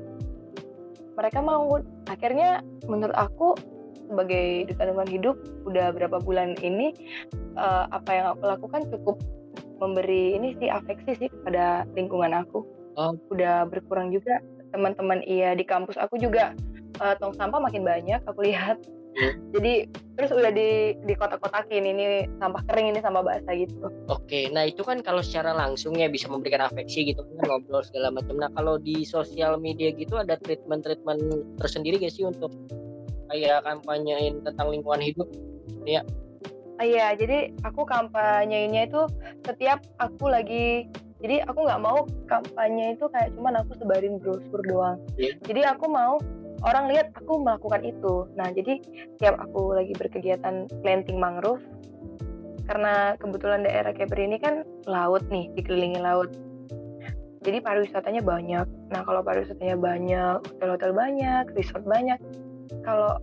Mereka mau. Akhirnya menurut aku sebagai duta lingkungan hidup udah berapa bulan ini, apa yang aku lakukan cukup memberi ini sih, afeksi sih kepada lingkungan aku. Udah berkurang juga. Teman-teman di kampus aku juga tong sampah makin banyak aku lihat. Jadi terus udah di kotak-kotakin, ini sampah kering, ini sampah basah gitu. Oke, nah itu kan kalau secara langsung ya bisa memberikan afeksi gitu kan, ngobrol segala macam. Nah kalau di sosial media gitu ada treatment tersendiri gak sih untuk kayak kampanyein tentang lingkungan hidup ya? Iya, jadi aku kampanyeinnya itu setiap aku lagi, jadi aku nggak mau kampanye itu kayak cuman aku sebarin brosur doang. Jadi aku mau orang lihat aku melakukan itu. Nah jadi setiap aku lagi berkegiatan planting mangrove, karena kebetulan daerah Kepri ini kan laut nih, dikelilingi laut. Jadi pariwisatanya banyak. Nah kalau pariwisatanya banyak, hotel-hotel banyak, resort banyak, kalau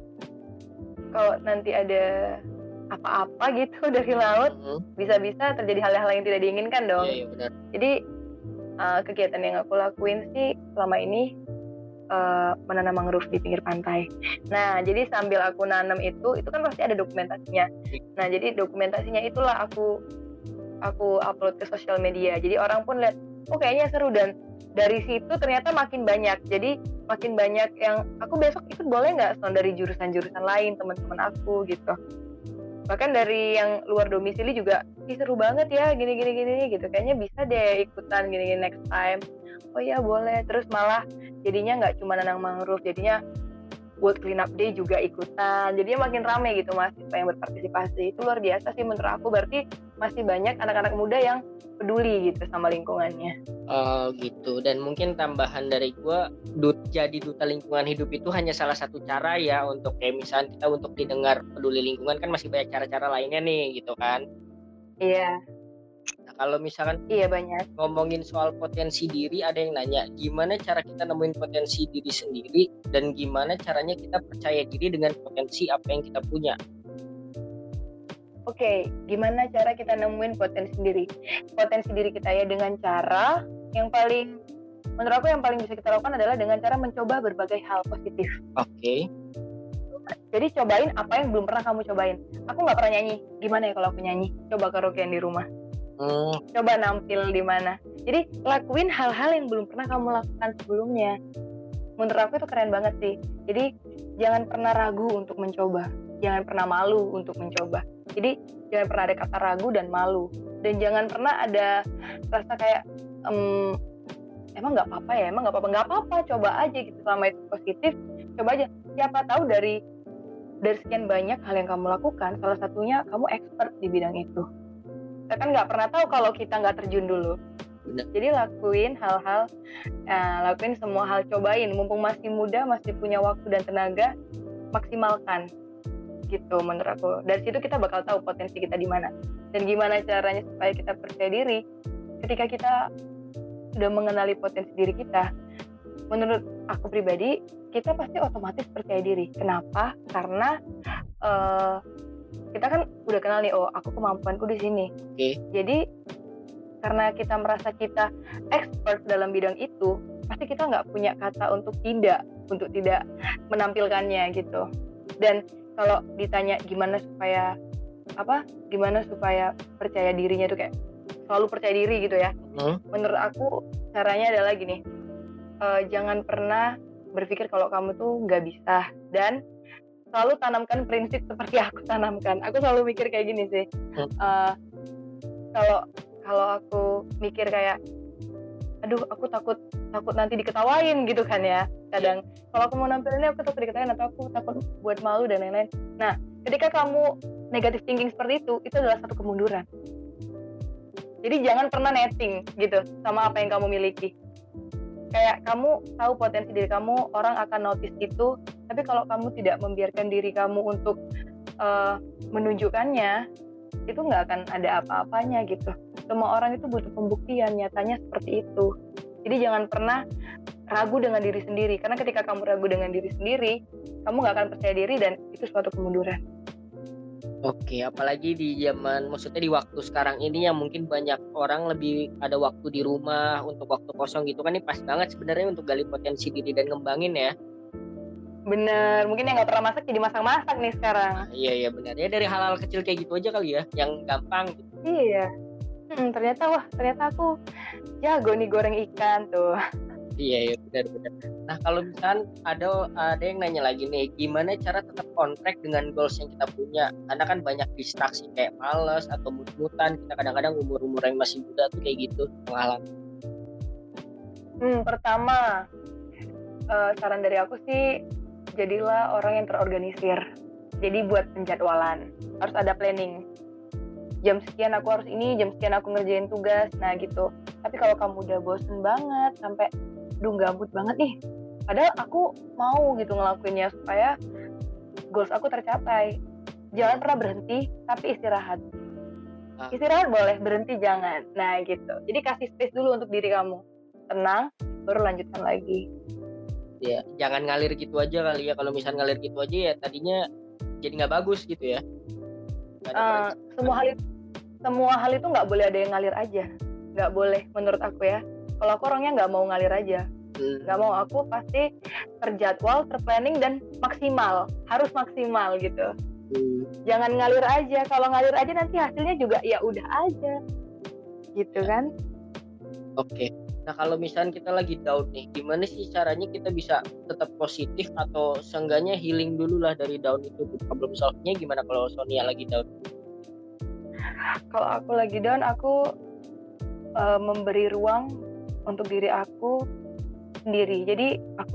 nanti ada apa-apa gitu dari laut, bisa-bisa terjadi hal-hal yang tidak diinginkan dong. Iya, benar. Jadi kegiatan yang aku lakuin sih selama ini menanam mangrove di pinggir pantai. Nah jadi sambil aku nanam itu kan pasti ada dokumentasinya. Nah jadi dokumentasinya itulah aku upload ke sosial media. Jadi orang pun lihat, kayaknya seru, dan dari situ ternyata makin banyak. Jadi makin banyak yang aku besok ikut boleh nggak dari jurusan-jurusan lain, teman-teman aku gitu. Bahkan dari yang luar domisili juga, seru banget ya gini gitu. Kayaknya bisa deh ikutan gini next time. Oh iya boleh. Terus malah jadinya nggak cuma nanam mangrove, jadinya World Cleanup Day juga ikutan. Jadinya makin rame gitu mahasiswa yang berpartisipasi. Itu luar biasa sih menurut aku. Berarti masih banyak anak-anak muda yang peduli gitu sama lingkungannya. Oh gitu. Dan mungkin tambahan dari gue, jadi duta lingkungan hidup itu hanya salah satu cara ya untuk kayak misalnya kita untuk didengar peduli lingkungan, kan masih banyak cara-cara lainnya nih gitu kan. Iya. Nah, kalau misalkan banyak ngomongin soal potensi diri, ada yang nanya gimana cara kita nemuin potensi diri sendiri dan gimana caranya kita percaya diri dengan potensi apa yang kita punya. Oke, gimana cara kita nemuin potensi diri? Potensi diri kita ya dengan cara yang paling, menurut aku yang paling bisa kita lakukan adalah dengan cara mencoba berbagai hal positif. Oke. Jadi cobain apa yang belum pernah kamu cobain. Aku nggak pernah nyanyi, gimana ya kalau aku nyanyi? Coba karaokean di rumah. Coba nampil di mana. Jadi lakuin hal-hal yang belum pernah kamu lakukan sebelumnya. Menurut aku itu keren banget sih. Jadi jangan pernah ragu untuk mencoba, jangan pernah malu untuk mencoba. Jadi jangan pernah ada kata ragu dan malu, dan jangan pernah ada rasa kayak emang nggak apa-apa ya, emang nggak apa-apa, coba aja gitu. Selama itu positif, coba aja. Siapa tahu dari sekian banyak hal yang kamu lakukan, salah satunya kamu expert di bidang itu. Kita kan nggak pernah tahu kalau kita nggak terjun dulu. Benar. Jadi lakuin hal-hal, lakuin semua hal, cobain. Mumpung masih muda, masih punya waktu dan tenaga, maksimalkan. Gitu menurut aku. Dari situ kita bakal tahu potensi kita di mana. Dan gimana caranya supaya kita percaya diri. Ketika kita sudah mengenali potensi diri kita, menurut aku pribadi, kita pasti otomatis percaya diri. Kenapa? Karena kita kan udah kenal nih, aku kemampuanku di sini. Okay. Jadi karena kita merasa kita expert dalam bidang itu, pasti kita nggak punya kata untuk tidak menampilkannya gitu. Dan kalau ditanya gimana supaya percaya dirinya tuh kayak selalu percaya diri gitu ya. Menurut aku caranya adalah gini, jangan pernah berpikir kalau kamu tuh nggak bisa, dan selalu tanamkan prinsip seperti aku tanamkan. Aku selalu mikir kayak gini sih. Uh, kalau kalau aku mikir kayak, aduh aku takut nanti diketawain gitu kan ya. Kadang kalau aku mau nampil ini aku takut diketawain atau aku takut buat malu dan lain-lain. Nah, ketika kamu negative thinking seperti itu adalah satu kemunduran. Jadi jangan pernah netting gitu sama apa yang kamu miliki. Kayak kamu tahu potensi diri kamu, orang akan notice itu, tapi kalau kamu tidak membiarkan diri kamu untuk menunjukkannya, itu nggak akan ada apa-apanya gitu. Semua orang itu butuh pembuktian, nyatanya seperti itu. Jadi jangan pernah ragu dengan diri sendiri, karena ketika kamu ragu dengan diri sendiri, kamu nggak akan percaya diri dan itu suatu kemunduran. Oke, apalagi di zaman, maksudnya di waktu sekarang ini yang mungkin banyak orang lebih ada waktu di rumah untuk waktu kosong gitu kan, ini pas banget sebenarnya untuk gali potensi diri dan ngembangin ya. Bener, mungkin yang nggak pernah masak jadi masak-masak nih sekarang. Iya benar ya, dari hal-hal kecil kayak gitu aja kali ya, yang gampang gitu. Iya, ternyata aku jago nih goreng ikan tuh. Iya benar. Nah kalau misalkan ada yang nanya lagi nih, gimana cara tetap on track dengan goals yang kita punya? Karena kan banyak distraksi kayak males atau mut-mutan. Kita kadang-kadang umur yang masih muda tuh kayak gitu pengalaman. Pertama, saran dari aku sih, jadilah orang yang terorganisir. Jadi buat penjadwalan, harus ada planning. Jam sekian aku harus ini, jam sekian aku ngerjain tugas, nah gitu. Tapi kalau kamu udah bosen banget, sampai gabut banget nih, padahal aku mau gitu ngelakuinnya supaya goals aku tercapai. Jangan pernah berhenti, tapi istirahat. Istirahat boleh, berhenti jangan. Nah gitu, jadi kasih space dulu untuk diri kamu. Tenang, baru lanjutkan lagi. Ya, jangan ngalir gitu aja kali ya. Kalau misalnya ngalir gitu aja ya tadinya jadi nggak bagus gitu ya. Semua hal itu nggak boleh ada yang ngalir aja, nggak boleh menurut aku ya. Kalau aku orangnya nggak mau ngalir aja, nggak mau, aku pasti terjadwal, terplanning dan maksimal, harus maksimal gitu. Jangan ngalir aja. Kalau ngalir aja nanti hasilnya juga ya udah aja, gitu kan? Oke. Nah kalau misalnya kita lagi down nih, gimana sih caranya kita bisa tetap positif atau seenggaknya healing dulu lah dari down itu? Problem solve-nya gimana kalau Sonia lagi down? Kalau aku lagi down, aku memberi ruang untuk diri aku sendiri. Jadi aku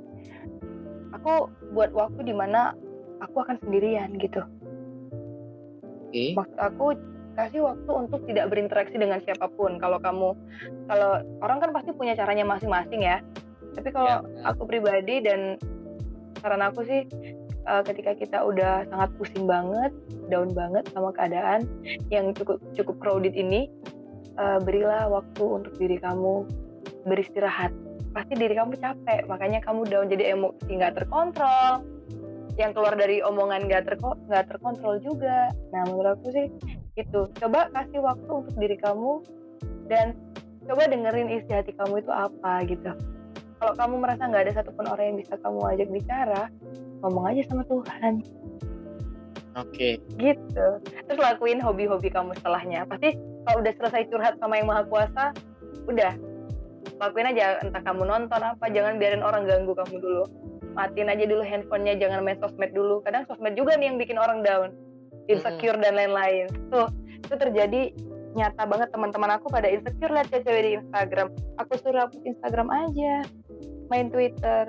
buat waktu di mana aku akan sendirian gitu. Maksud aku kasih waktu untuk tidak berinteraksi dengan siapapun. Kalau orang kan pasti punya caranya masing-masing ya. Tapi kalau aku pribadi dan saran aku sih, ketika kita udah sangat pusing banget, down banget sama keadaan yang cukup crowded ini, berilah waktu untuk diri kamu beristirahat. Pasti diri kamu capek, makanya kamu down, jadi emosi nggak terkontrol, yang keluar dari omongan nggak terkontrol juga. Nah menurut aku sih itu, coba kasih waktu untuk diri kamu dan coba dengerin isi hati kamu itu apa gitu. Kalau kamu merasa nggak ada satupun orang yang bisa kamu ajak bicara, ngomong aja sama Tuhan. Oke. Gitu. Terus lakuin hobi-hobi kamu setelahnya. Pasti kalau udah selesai curhat sama yang Maha Kuasa, udah lakuin aja. Entah kamu nonton apa, jangan biarin orang ganggu kamu dulu. Matiin aja dulu handphonenya, jangan main sosmed dulu. Kadang sosmed juga nih yang bikin orang down, insecure dan lain-lain. Tuh, itu terjadi nyata banget. Teman-teman aku pada insecure lihat cewek di Instagram. Aku suruh hapus Instagram aja, main Twitter.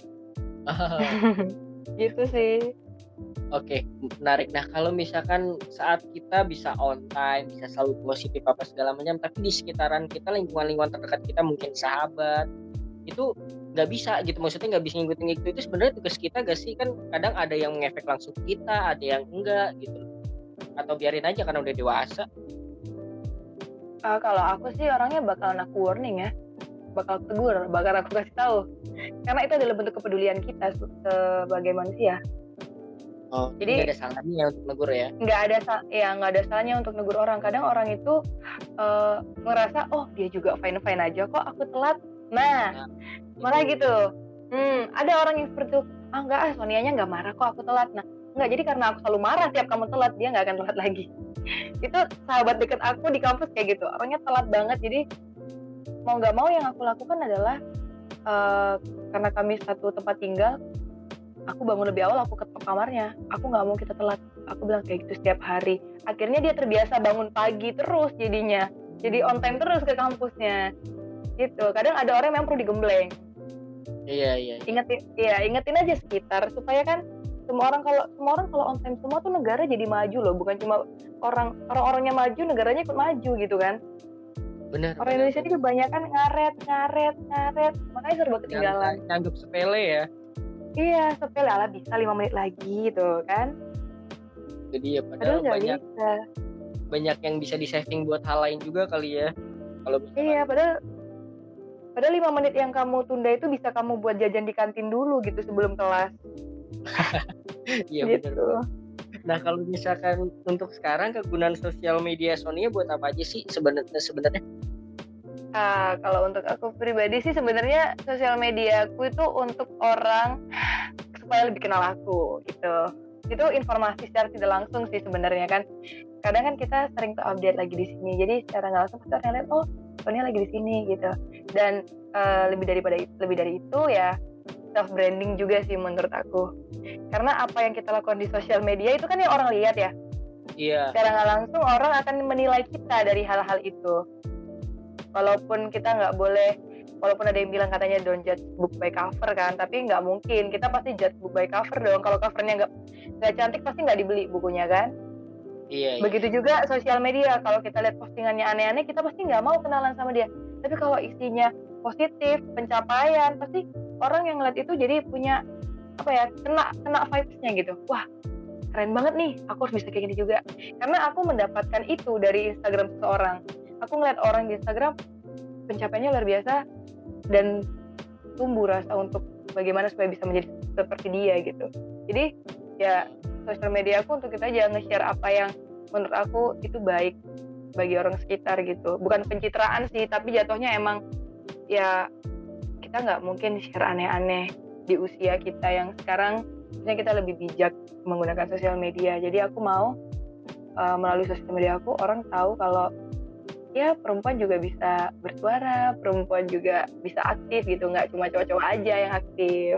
Gitu sih. Oke, menarik. Nah kalau misalkan saat kita bisa on time, bisa selalu positif apa segala macam, tapi di sekitaran kita, lingkungan terdekat kita, mungkin sahabat, itu nggak bisa gitu. Maksudnya nggak bisa ngikutin itu sebenarnya tugas kita gak sih? Kan kadang ada yang mengefek langsung kita, ada yang enggak gitu. Atau biarin aja karena udah dewasa. Kalau aku sih orangnya bakalan aku warning ya, bakal tegur, bakal aku kasih tahu, karena itu adalah bentuk kepedulian kita sebagai manusia. Jadi nggak ada salahnya untuk negur ya? Nggak ada salahnya untuk negur orang. Kadang orang itu ngerasa, oh dia juga fine aja kok, aku telat. Nah malah gitu. Ada orang yang seperti itu. Enggak, Sonianya nggak marah kok aku telat. Nah nggak, jadi karena aku selalu marah tiap kamu telat, dia nggak akan telat lagi. Itu sahabat deket aku di kampus kayak gitu, orangnya telat banget. Jadi mau nggak mau yang aku lakukan adalah karena kami satu tempat tinggal, aku bangun lebih awal, aku ketok kamarnya, aku nggak mau kita telat. Aku bilang kayak gitu setiap hari. Akhirnya dia terbiasa bangun pagi terus jadinya, jadi on time terus ke kampusnya gitu. Kadang ada orang yang perlu digembleng. Iya. Ingetin aja sekitar supaya kan semua orang kalau on time semua tuh negara jadi maju loh, bukan cuma orang-orangnya maju, negaranya ikut maju gitu kan. Bener. Orang Indonesia ini kebanyakan ngaret, makanya serba ketinggalan. Anggap sepele ya. Iya, sepele, ala bisa 5 menit lagi gitu kan. Jadi ya padahal banyak yang bisa di saving buat hal lain juga kali ya. Kalau iya, padahal 5 menit yang kamu tunda itu bisa kamu buat jajan di kantin dulu gitu sebelum kelas. Iya gitu. Benar. Nah, kalau misalkan untuk sekarang kegunaan sosial media Sonia buat apa aja sih sebenarnya? Kalau untuk aku pribadi sih sebenarnya sosial media aku itu untuk orang supaya lebih kenal aku gitu. Itu informasi secara tidak langsung sih sebenarnya kan. Kadang kan kita sering tuh update lagi di sini. Jadi secara nggak langsung kita orang lihat, oh Sonia lagi di sini gitu. Dan lebih dari itu ya self branding juga sih menurut aku. Karena apa yang kita lakukan di sosial media itu kan yang orang lihat ya. Iya. Secara nggak langsung orang akan menilai kita dari hal-hal itu. Walaupun kita nggak boleh, walaupun ada yang bilang katanya don't judge book by cover kan, tapi nggak mungkin, kita pasti judge book by cover dong. Kalau covernya nggak cantik pasti nggak dibeli bukunya kan. Iya. Begitu juga sosial media, kalau kita lihat postingannya aneh-aneh kita pasti nggak mau kenalan sama dia. Tapi kalau isinya positif, pencapaian, pasti orang yang ngeliat itu jadi punya apa ya, kena vibes-nya gitu. Wah, keren banget nih, aku harus bisa kayak gini juga. Karena aku mendapatkan itu dari Instagram seseorang. Aku ngeliat orang di Instagram pencapaiannya luar biasa dan tumbuh rasa untuk bagaimana supaya bisa menjadi seperti dia gitu. Jadi ya sosial media aku untuk kita aja nge-share apa yang menurut aku itu baik bagi orang sekitar gitu. Bukan pencitraan sih, tapi jatuhnya emang ya kita nggak mungkin share aneh-aneh di usia kita yang sekarang. Misalnya kita lebih bijak menggunakan sosial media. Jadi aku mau melalui sosial media aku orang tahu kalau ya perempuan juga bisa bersuara, perempuan juga bisa aktif gitu, nggak cuma cowok-cowok aja yang aktif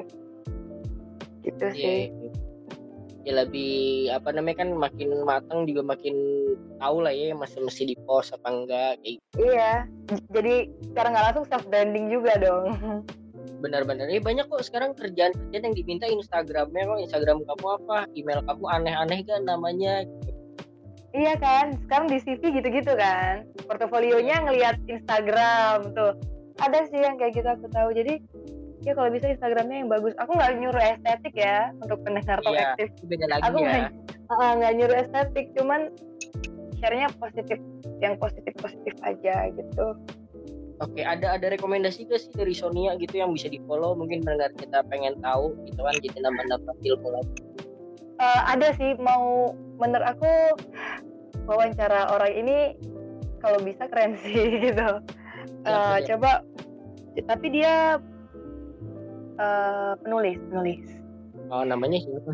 gitu sih. Ya lebih apa namanya kan makin matang juga makin tahu lah ya mesti di post apa enggak kayak gitu. Iya, jadi secara nggak langsung self branding juga dong. Benar-benar ya banyak kok sekarang kerjaan yang diminta Instagramnya, kok Instagram kamu apa, email kamu aneh-aneh kan namanya. Iya kan, sekarang di CV gitu-gitu kan, portofolionya ngelihat Instagram tuh. Ada sih yang kayak gitu aku tahu. Jadi ya kalau bisa Instagramnya yang bagus. Aku nggak nyuruh estetik ya untuk pendengar talk aktif. Beda lagi aku ya. Nggak nyuruh estetik, cuman share-nya positif, yang positif aja gitu. Oke, ada rekomendasi gak sih dari Sonia gitu yang bisa di follow, mungkin pendengar kita pengen tahu gitu kan, jadi nambah-nambah ilmu lagi. Ada sih, mau menurut aku wawancara orang ini kalau bisa keren sih gitu. Coba, tapi dia penulis. Oh, namanya siapa?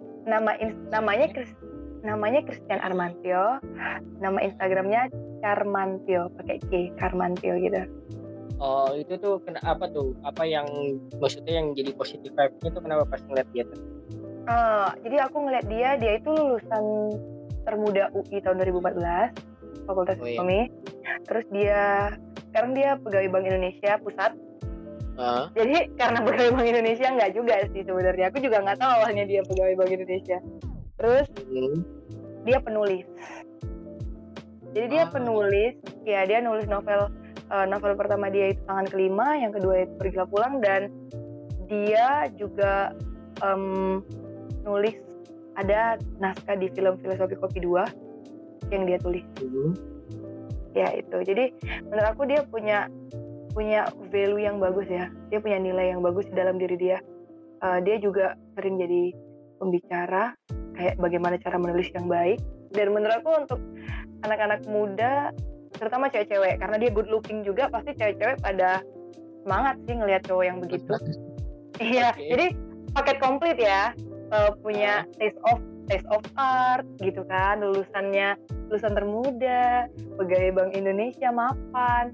Namanya Christian Armantio. Nama Instagramnya Carmantio, pakai C, Carmantio gitu. Oh, itu tuh kenapa tuh? Apa yang maksudnya yang jadi positif vibe-nya tuh kenapa pas ngeliat dia tuh? Jadi aku ngeliat dia itu lulusan termuda UI tahun 2014, Fakultas Ekonomi. Terus sekarang dia pegawai Bank Indonesia Pusat. Jadi karena pegawai Bank Indonesia nggak juga sih sebenarnya. Aku juga nggak tahu awalnya dia pegawai Bank Indonesia. Terus dia penulis. Jadi dia penulis, ya dia nulis novel pertama dia itu Tangan Kelima, yang kedua itu Pergilah Pulang, dan dia juga nulis ada naskah di film Filosofi Kopi 2 yang dia tulis. Ya itu. Jadi menurut aku dia punya value yang bagus ya. Dia punya nilai yang bagus di dalam diri dia. Dia juga sering jadi pembicara kayak bagaimana cara menulis yang baik. Dan menurut aku untuk anak-anak muda, terutama cewek-cewek, karena dia good looking juga, pasti cewek-cewek pada semangat sih ngelihat cowok yang begitu. Iya, jadi paket komplit ya. Punya taste of art gitu kan, lulusan termuda, pegawai Bank Indonesia, mapan.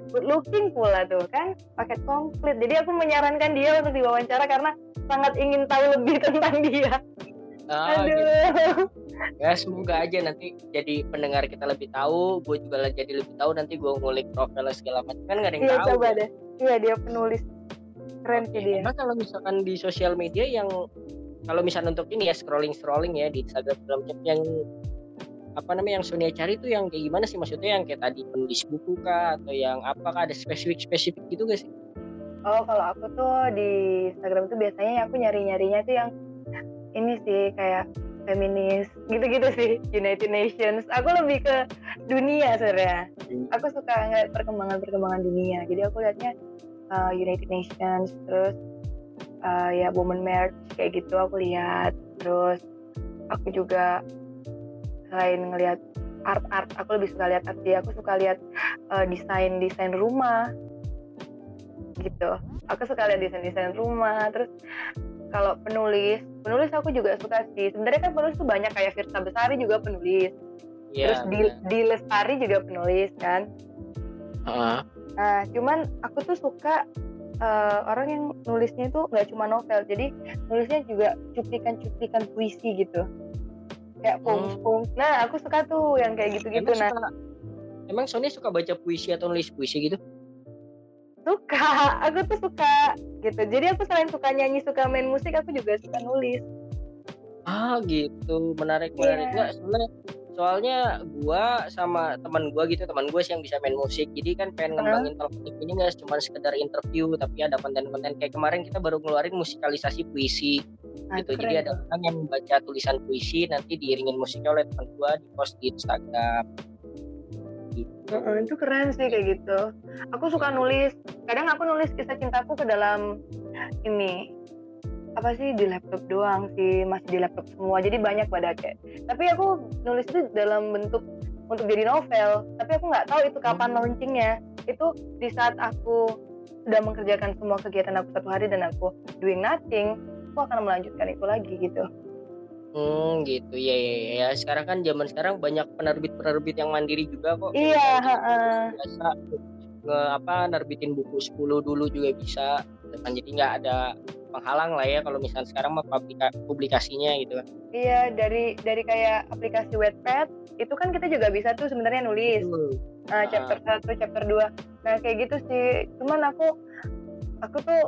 good looking pula tuh kan, paket komplit. Jadi aku menyarankan dia untuk diwawancara karena sangat ingin tahu lebih tentang dia. Aduh. Gitu. Ya semoga aja nanti jadi pendengar kita lebih tahu, gue juga jadi lebih tahu, nanti gue ngulik profilnya segala macam kan nggak ada yang tahu. Coba deh. Iya, dia penulis keren sih dia. Karena kalau misalkan di sosial media yang kalau misalnya untuk ini ya scrolling ya di Instagram yang apa namanya yang Sonia cari tuh yang kayak gimana sih, maksudnya yang kayak tadi penulis buku kah atau yang apakah ada spesifik gitu gak sih? Oh, kalau aku tuh di Instagram tuh biasanya aku nyarinya tuh yang ini sih kayak feminis gitu-gitu sih, United Nations. Aku lebih ke dunia sebenarnya. Aku suka ngeliat perkembangan dunia. Jadi aku liatnya United Nations, terus ya Women March kayak gitu aku lihat. Terus aku juga selain ngeliat art, aku lebih suka lihat art sih. Aku suka lihat desain rumah gitu. Aku suka lihat desain rumah. Terus kalau penulis aku juga suka sih. Sebenarnya kan penulis tuh banyak, kayak Firsa Besari juga penulis. Terus di Lestari juga penulis kan. Nah, cuman aku tuh suka orang yang nulisnya tuh nggak cuma novel, jadi nulisnya juga cuplikan puisi gitu, kayak poems. Nah, aku suka tuh yang kayak gitu-gitu. Emang Sonia suka baca puisi atau nulis puisi gitu? Suka, aku tuh suka gitu. Jadi aku selain suka nyanyi, suka main musik, aku juga suka nulis. Gitu, menarik. Nggak, soalnya gua sama teman gua gitu, teman gua sih yang bisa main musik, jadi kan pengen ngembangin talent ini nggak cuma sekedar interview, tapi ada konten-konten kayak kemarin kita baru ngeluarin musikalisasi puisi gitu. Jadi ada orang yang membaca tulisan puisi, nanti diiringin musiknya oleh teman gua, di post di Instagram. Itu keren sih kayak gitu. Aku suka nulis. Kadang aku nulis kisah cintaku ke dalam ini apa sih, di laptop doang sih, masih di laptop semua. Jadi banyak kayak. Tapi aku nulis itu dalam bentuk untuk jadi novel. Tapi aku nggak tahu itu kapan launchingnya. Itu di saat aku sudah mengerjakan semua kegiatan aku satu hari dan aku doing nothing, aku akan melanjutkan itu lagi gitu. Gitu ya. Sekarang kan zaman sekarang banyak penerbit yang mandiri juga kok. Iya. Biasa nerbitin buku 10 dulu juga bisa. Dan jadi nggak ada penghalang lah ya kalau misalnya sekarang mah publikasinya gitu kan. Iya, dari kayak aplikasi Wattpad itu kan kita juga bisa tuh sebenarnya nulis. Chapter 1, chapter 2. Nah, kayak gitu sih. Cuman aku tuh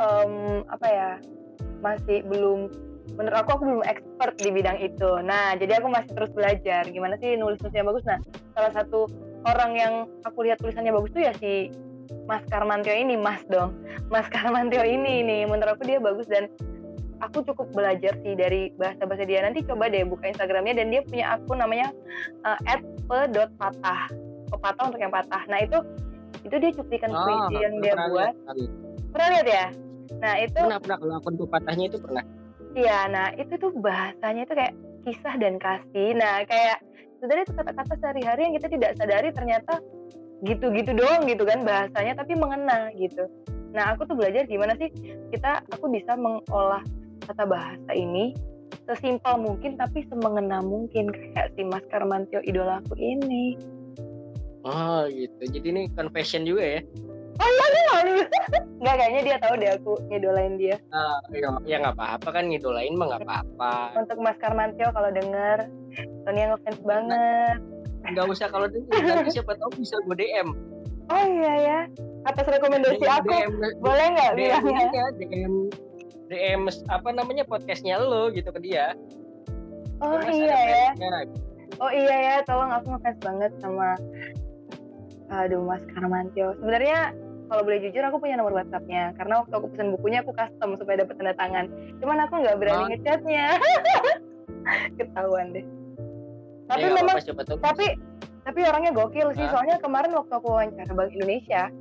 masih belum, menurut aku belum expert di bidang itu. Nah, jadi aku masih terus belajar gimana sih nulis yang bagus. Nah, salah satu orang yang aku lihat tulisannya bagus tuh ya si Mas Karmantio ini, Mas Karmantio ini nih, menurut aku dia bagus dan aku cukup belajar sih dari bahasa dia. Nanti coba deh buka Instagramnya, dan dia punya akun namanya @p.patah, pepatah untuk yang patah. Nah, itu dia cuplikan puisi yang dia buat. Pernah lihat ya? Nah, itu pernah kalau akun pepatahnya itu pernah. Iya, nah itu tuh bahasanya itu kayak kisah dan kasih. Nah, kayak sebenarnya itu kata-kata sehari-hari yang kita tidak sadari ternyata gitu-gitu doang gitu kan bahasanya, tapi mengena gitu. Nah, aku tuh belajar gimana sih aku bisa mengolah kata bahasa ini sesimpel mungkin tapi semengena mungkin, kayak si Mas Karmantio idolaku ini. Gitu. Jadi ini confession juga ya? Oh iya, nggak, kayaknya dia tahu deh aku ngidolain dia. Ya nggak apa-apa kan, ngidolain mah nggak apa-apa. Untuk Mas Karmantio kalau denger, Sonia ngefans banget. Nggak usah kalau denger, nanti siapa tahu bisa gue DM. Oh iya ya, atas rekomendasi aku boleh nggak bilangnya? DM apa namanya podcastnya lo gitu ke dia. Oh iya ya. Oh iya ya, tolong, aku ngefans banget sama Mas Karmantio. Sebenarnya kalau boleh jujur aku punya nomor WhatsApp-nya, karena waktu aku pesan bukunya aku custom supaya dapat tanda tangan. Cuman aku nggak berani ngechatnya. Ketahuan deh. Tapi memang tapi orangnya gokil sih. Soalnya kemarin waktu aku wawancara Bank Indonesia,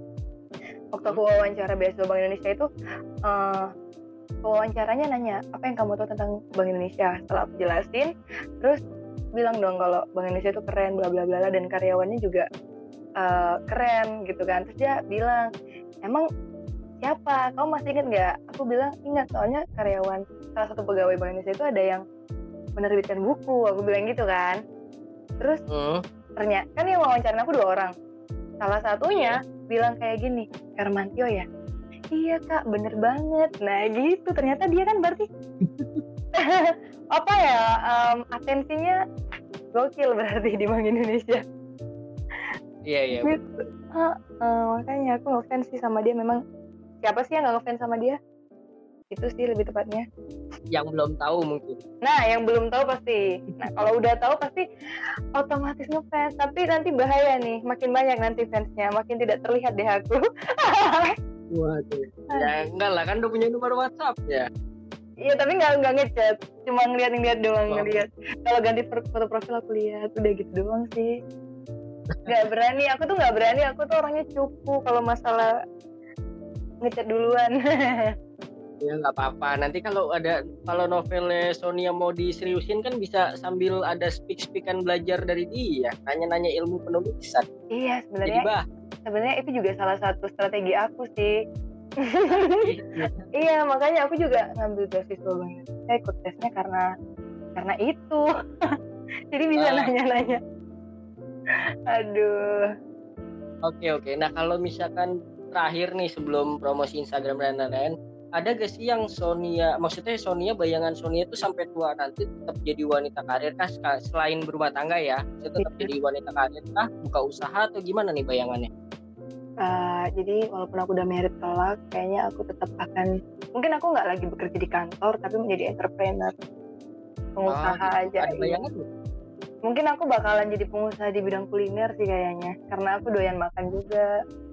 beasiswa Bank Indonesia itu wawancaranya nanya, apa yang kamu tahu tentang Bank Indonesia? Setelah aku jelasin, terus bilang dong kalau Bank Indonesia itu keren, bla bla bla, dan karyawannya juga keren gitu kan. Terus dia bilang, emang siapa? Kamu masih ingat nggak? Aku bilang ingat, soalnya karyawan salah satu pegawai Bank Indonesia itu ada yang menerbitkan buku. Aku bilang gitu kan. Terus ternyata kan yang wawancara aku 2 orang. Salah satunya bilang kayak gini, Hermantio ya? Iya kak, bener banget. Nah gitu, ternyata dia kan berarti apa ya, atensinya gokil berarti di Bank Indonesia. Iya. Gitu. Makanya aku ngefans sih sama dia. Memang siapa sih yang gak ngefans sama dia? Itu sih lebih tepatnya. Yang belum tahu mungkin. Nah, yang belum tahu pasti. Nah, kalau udah tahu pasti otomatis ngefans. Tapi nanti bahaya nih, makin banyak nanti fansnya, makin tidak terlihat deh aku. Waduh. Ya enggak lah, kan udah punya nomor WhatsApp ya. Iya, tapi nggak ngechat, cuma ngeliat doang, ngeliat. Kalau ganti foto profil aku lihat, udah gitu doang sih. Nggak berani, aku tuh nggak berani, aku tuh orangnya cupu kalau masalah ngechat duluan. Ya nggak apa-apa. Nanti kalau novelnya Sonia mau diseriusin kan bisa sambil ada speak-speakan belajar dari dia, nanya-nanya ilmu penulisan. Iya, Jadi sebenarnya itu juga salah satu strategi aku sih. Iya, makanya aku juga ngambil beasiswa banget. Saya ikut tesnya karena itu. Jadi bisa nanya-nanya. Aduh. Oke. Nah, kalau misalkan terakhir nih sebelum promosi Instagram dan lain-lain, ada gak sih yang Sonia bayangan Sonia itu sampai tua nanti tetap jadi wanita karir kah, selain berumah tangga ya, tetap jadi wanita karir kah, buka usaha atau gimana nih bayangannya? Jadi walaupun aku udah married kelak, kayaknya aku tetap akan, mungkin aku nggak lagi bekerja di kantor, tapi menjadi entrepreneur, pengusaha aja. Ada bayangan tuh? Mungkin aku bakalan jadi pengusaha di bidang kuliner sih kayaknya, karena aku doyan makan juga.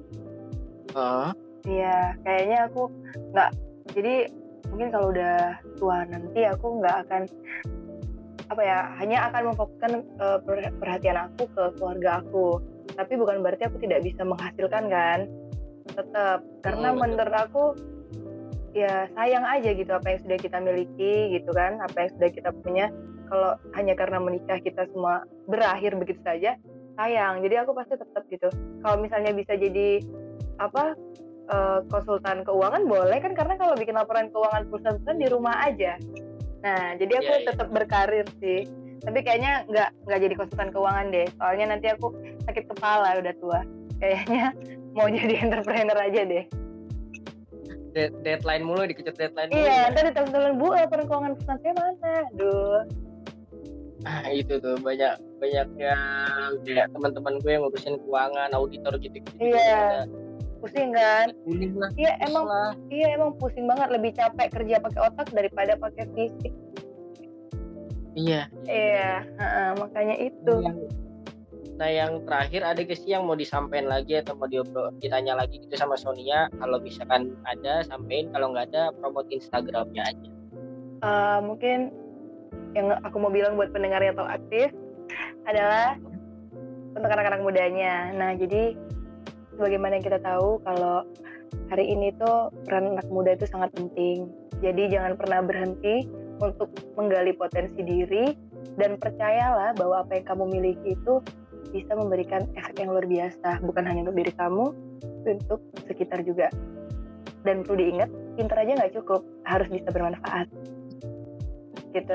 Iya, kayaknya aku nggak, jadi mungkin kalau udah tua nanti aku nggak akan hanya akan memfokuskan perhatian aku ke keluarga aku. Tapi bukan berarti aku tidak bisa menghasilkan kan, tetap, karena menurut aku ya sayang aja gitu apa yang sudah kita miliki gitu kan, apa yang sudah kita punya, kalau hanya karena menikah kita semua berakhir begitu saja, sayang. Jadi aku pasti tetap gitu, kalau misalnya bisa jadi konsultan keuangan boleh kan, karena kalau bikin laporan keuangan perusahaan di rumah aja. Nah jadi aku tetap berkarir sih, tapi kayaknya nggak jadi konsultan keuangan deh, soalnya nanti aku sakit kepala udah tua. Kayaknya mau jadi entrepreneur aja deh. Deadline mulu, dikejar deadline mulu. Iya, ntar ditelepon, Bu, laporan keuangan perusahaan saya mana? Aduh. Itu tuh banyak yang kayak teman-teman gue yang ngurusin keuangan, auditor gitu. Iya. Pusing kan? Pusing lah. Iya emang pusing banget, lebih capek kerja pakai otak daripada pakai fisik. Iya. Makanya itu. Nah yang terakhir, ada gak sih yang mau disampaikan lagi atau mau ditanya lagi gitu sama Sonia? Kalau misalkan ada, sampein. Kalau nggak ada, promote Instagramnya aja. Mungkin yang aku mau bilang buat pendengar yang aktif adalah untuk anak-anak mudanya. Nah jadi sebagaimana yang kita tahu kalau hari ini tuh peran anak muda itu sangat penting. Jadi jangan pernah berhenti untuk menggali potensi diri, dan percayalah bahwa apa yang kamu miliki itu bisa memberikan efek yang luar biasa, bukan hanya untuk diri kamu, untuk sekitar juga. Dan perlu diingat, pintar aja nggak cukup, harus bisa bermanfaat. Gitu.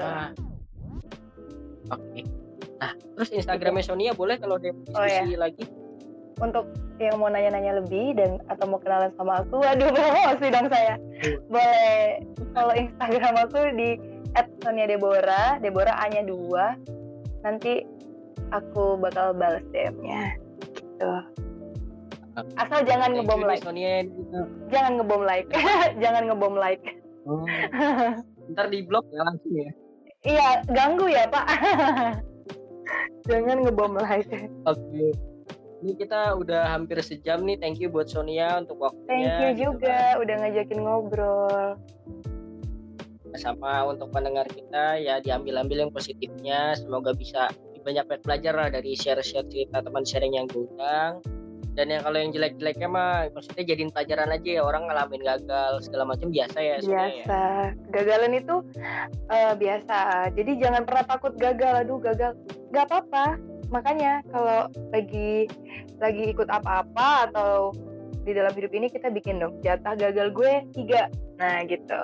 Oke. Nah, terus Instagramnya Sonia boleh kalau dia diskusi lagi? Untuk yang mau nanya-nanya lebih dan atau mau kenalan sama aku, waduh promosi dong saya. Boleh follow Instagram aku di @SoniaDeborah, Deborah A-nya 2. Nanti aku bakal balas DM-nya. Gitu. Asal jangan ngebom like. Jangan ngebom like. Jangan ngebom like. Ntar di blok ya langsung ya. Iya, ganggu ya, Pak. Jangan ngebom like. Oke. Ini kita udah hampir sejam nih. Thank you buat Sonia untuk waktunya. Thank you juga udah ngajakin ngobrol. Sama untuk pendengar kita ya, diambil-ambil yang positifnya. Semoga bisa banyak belajar lah dari share-share cerita teman sharing yang diundang. Dan yang kalau yang jelek-jeleknya mah maksudnya jadiin pelajaran aja ya, orang ngalamin gagal segala macam biasa ya. Biasa. Gagalan itu biasa. Jadi jangan pernah takut gagal. Aduh gagal. Gak apa-apa. Makanya kalau lagi ikut apa-apa atau di dalam hidup ini, kita bikin dong jatah gagal gue 3. Nah gitu.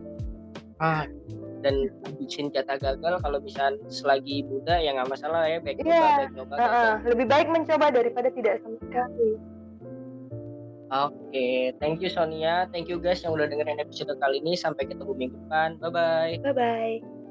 Dan bikin jatah gagal kalau misalnya selagi muda ya nggak masalah ya, baik coba. Lebih baik mencoba daripada tidak sama sekali. Oke, thank you Sonia, thank you guys yang udah dengerin episode kali ini. Sampai ketemu minggu depan, bye bye. Bye bye.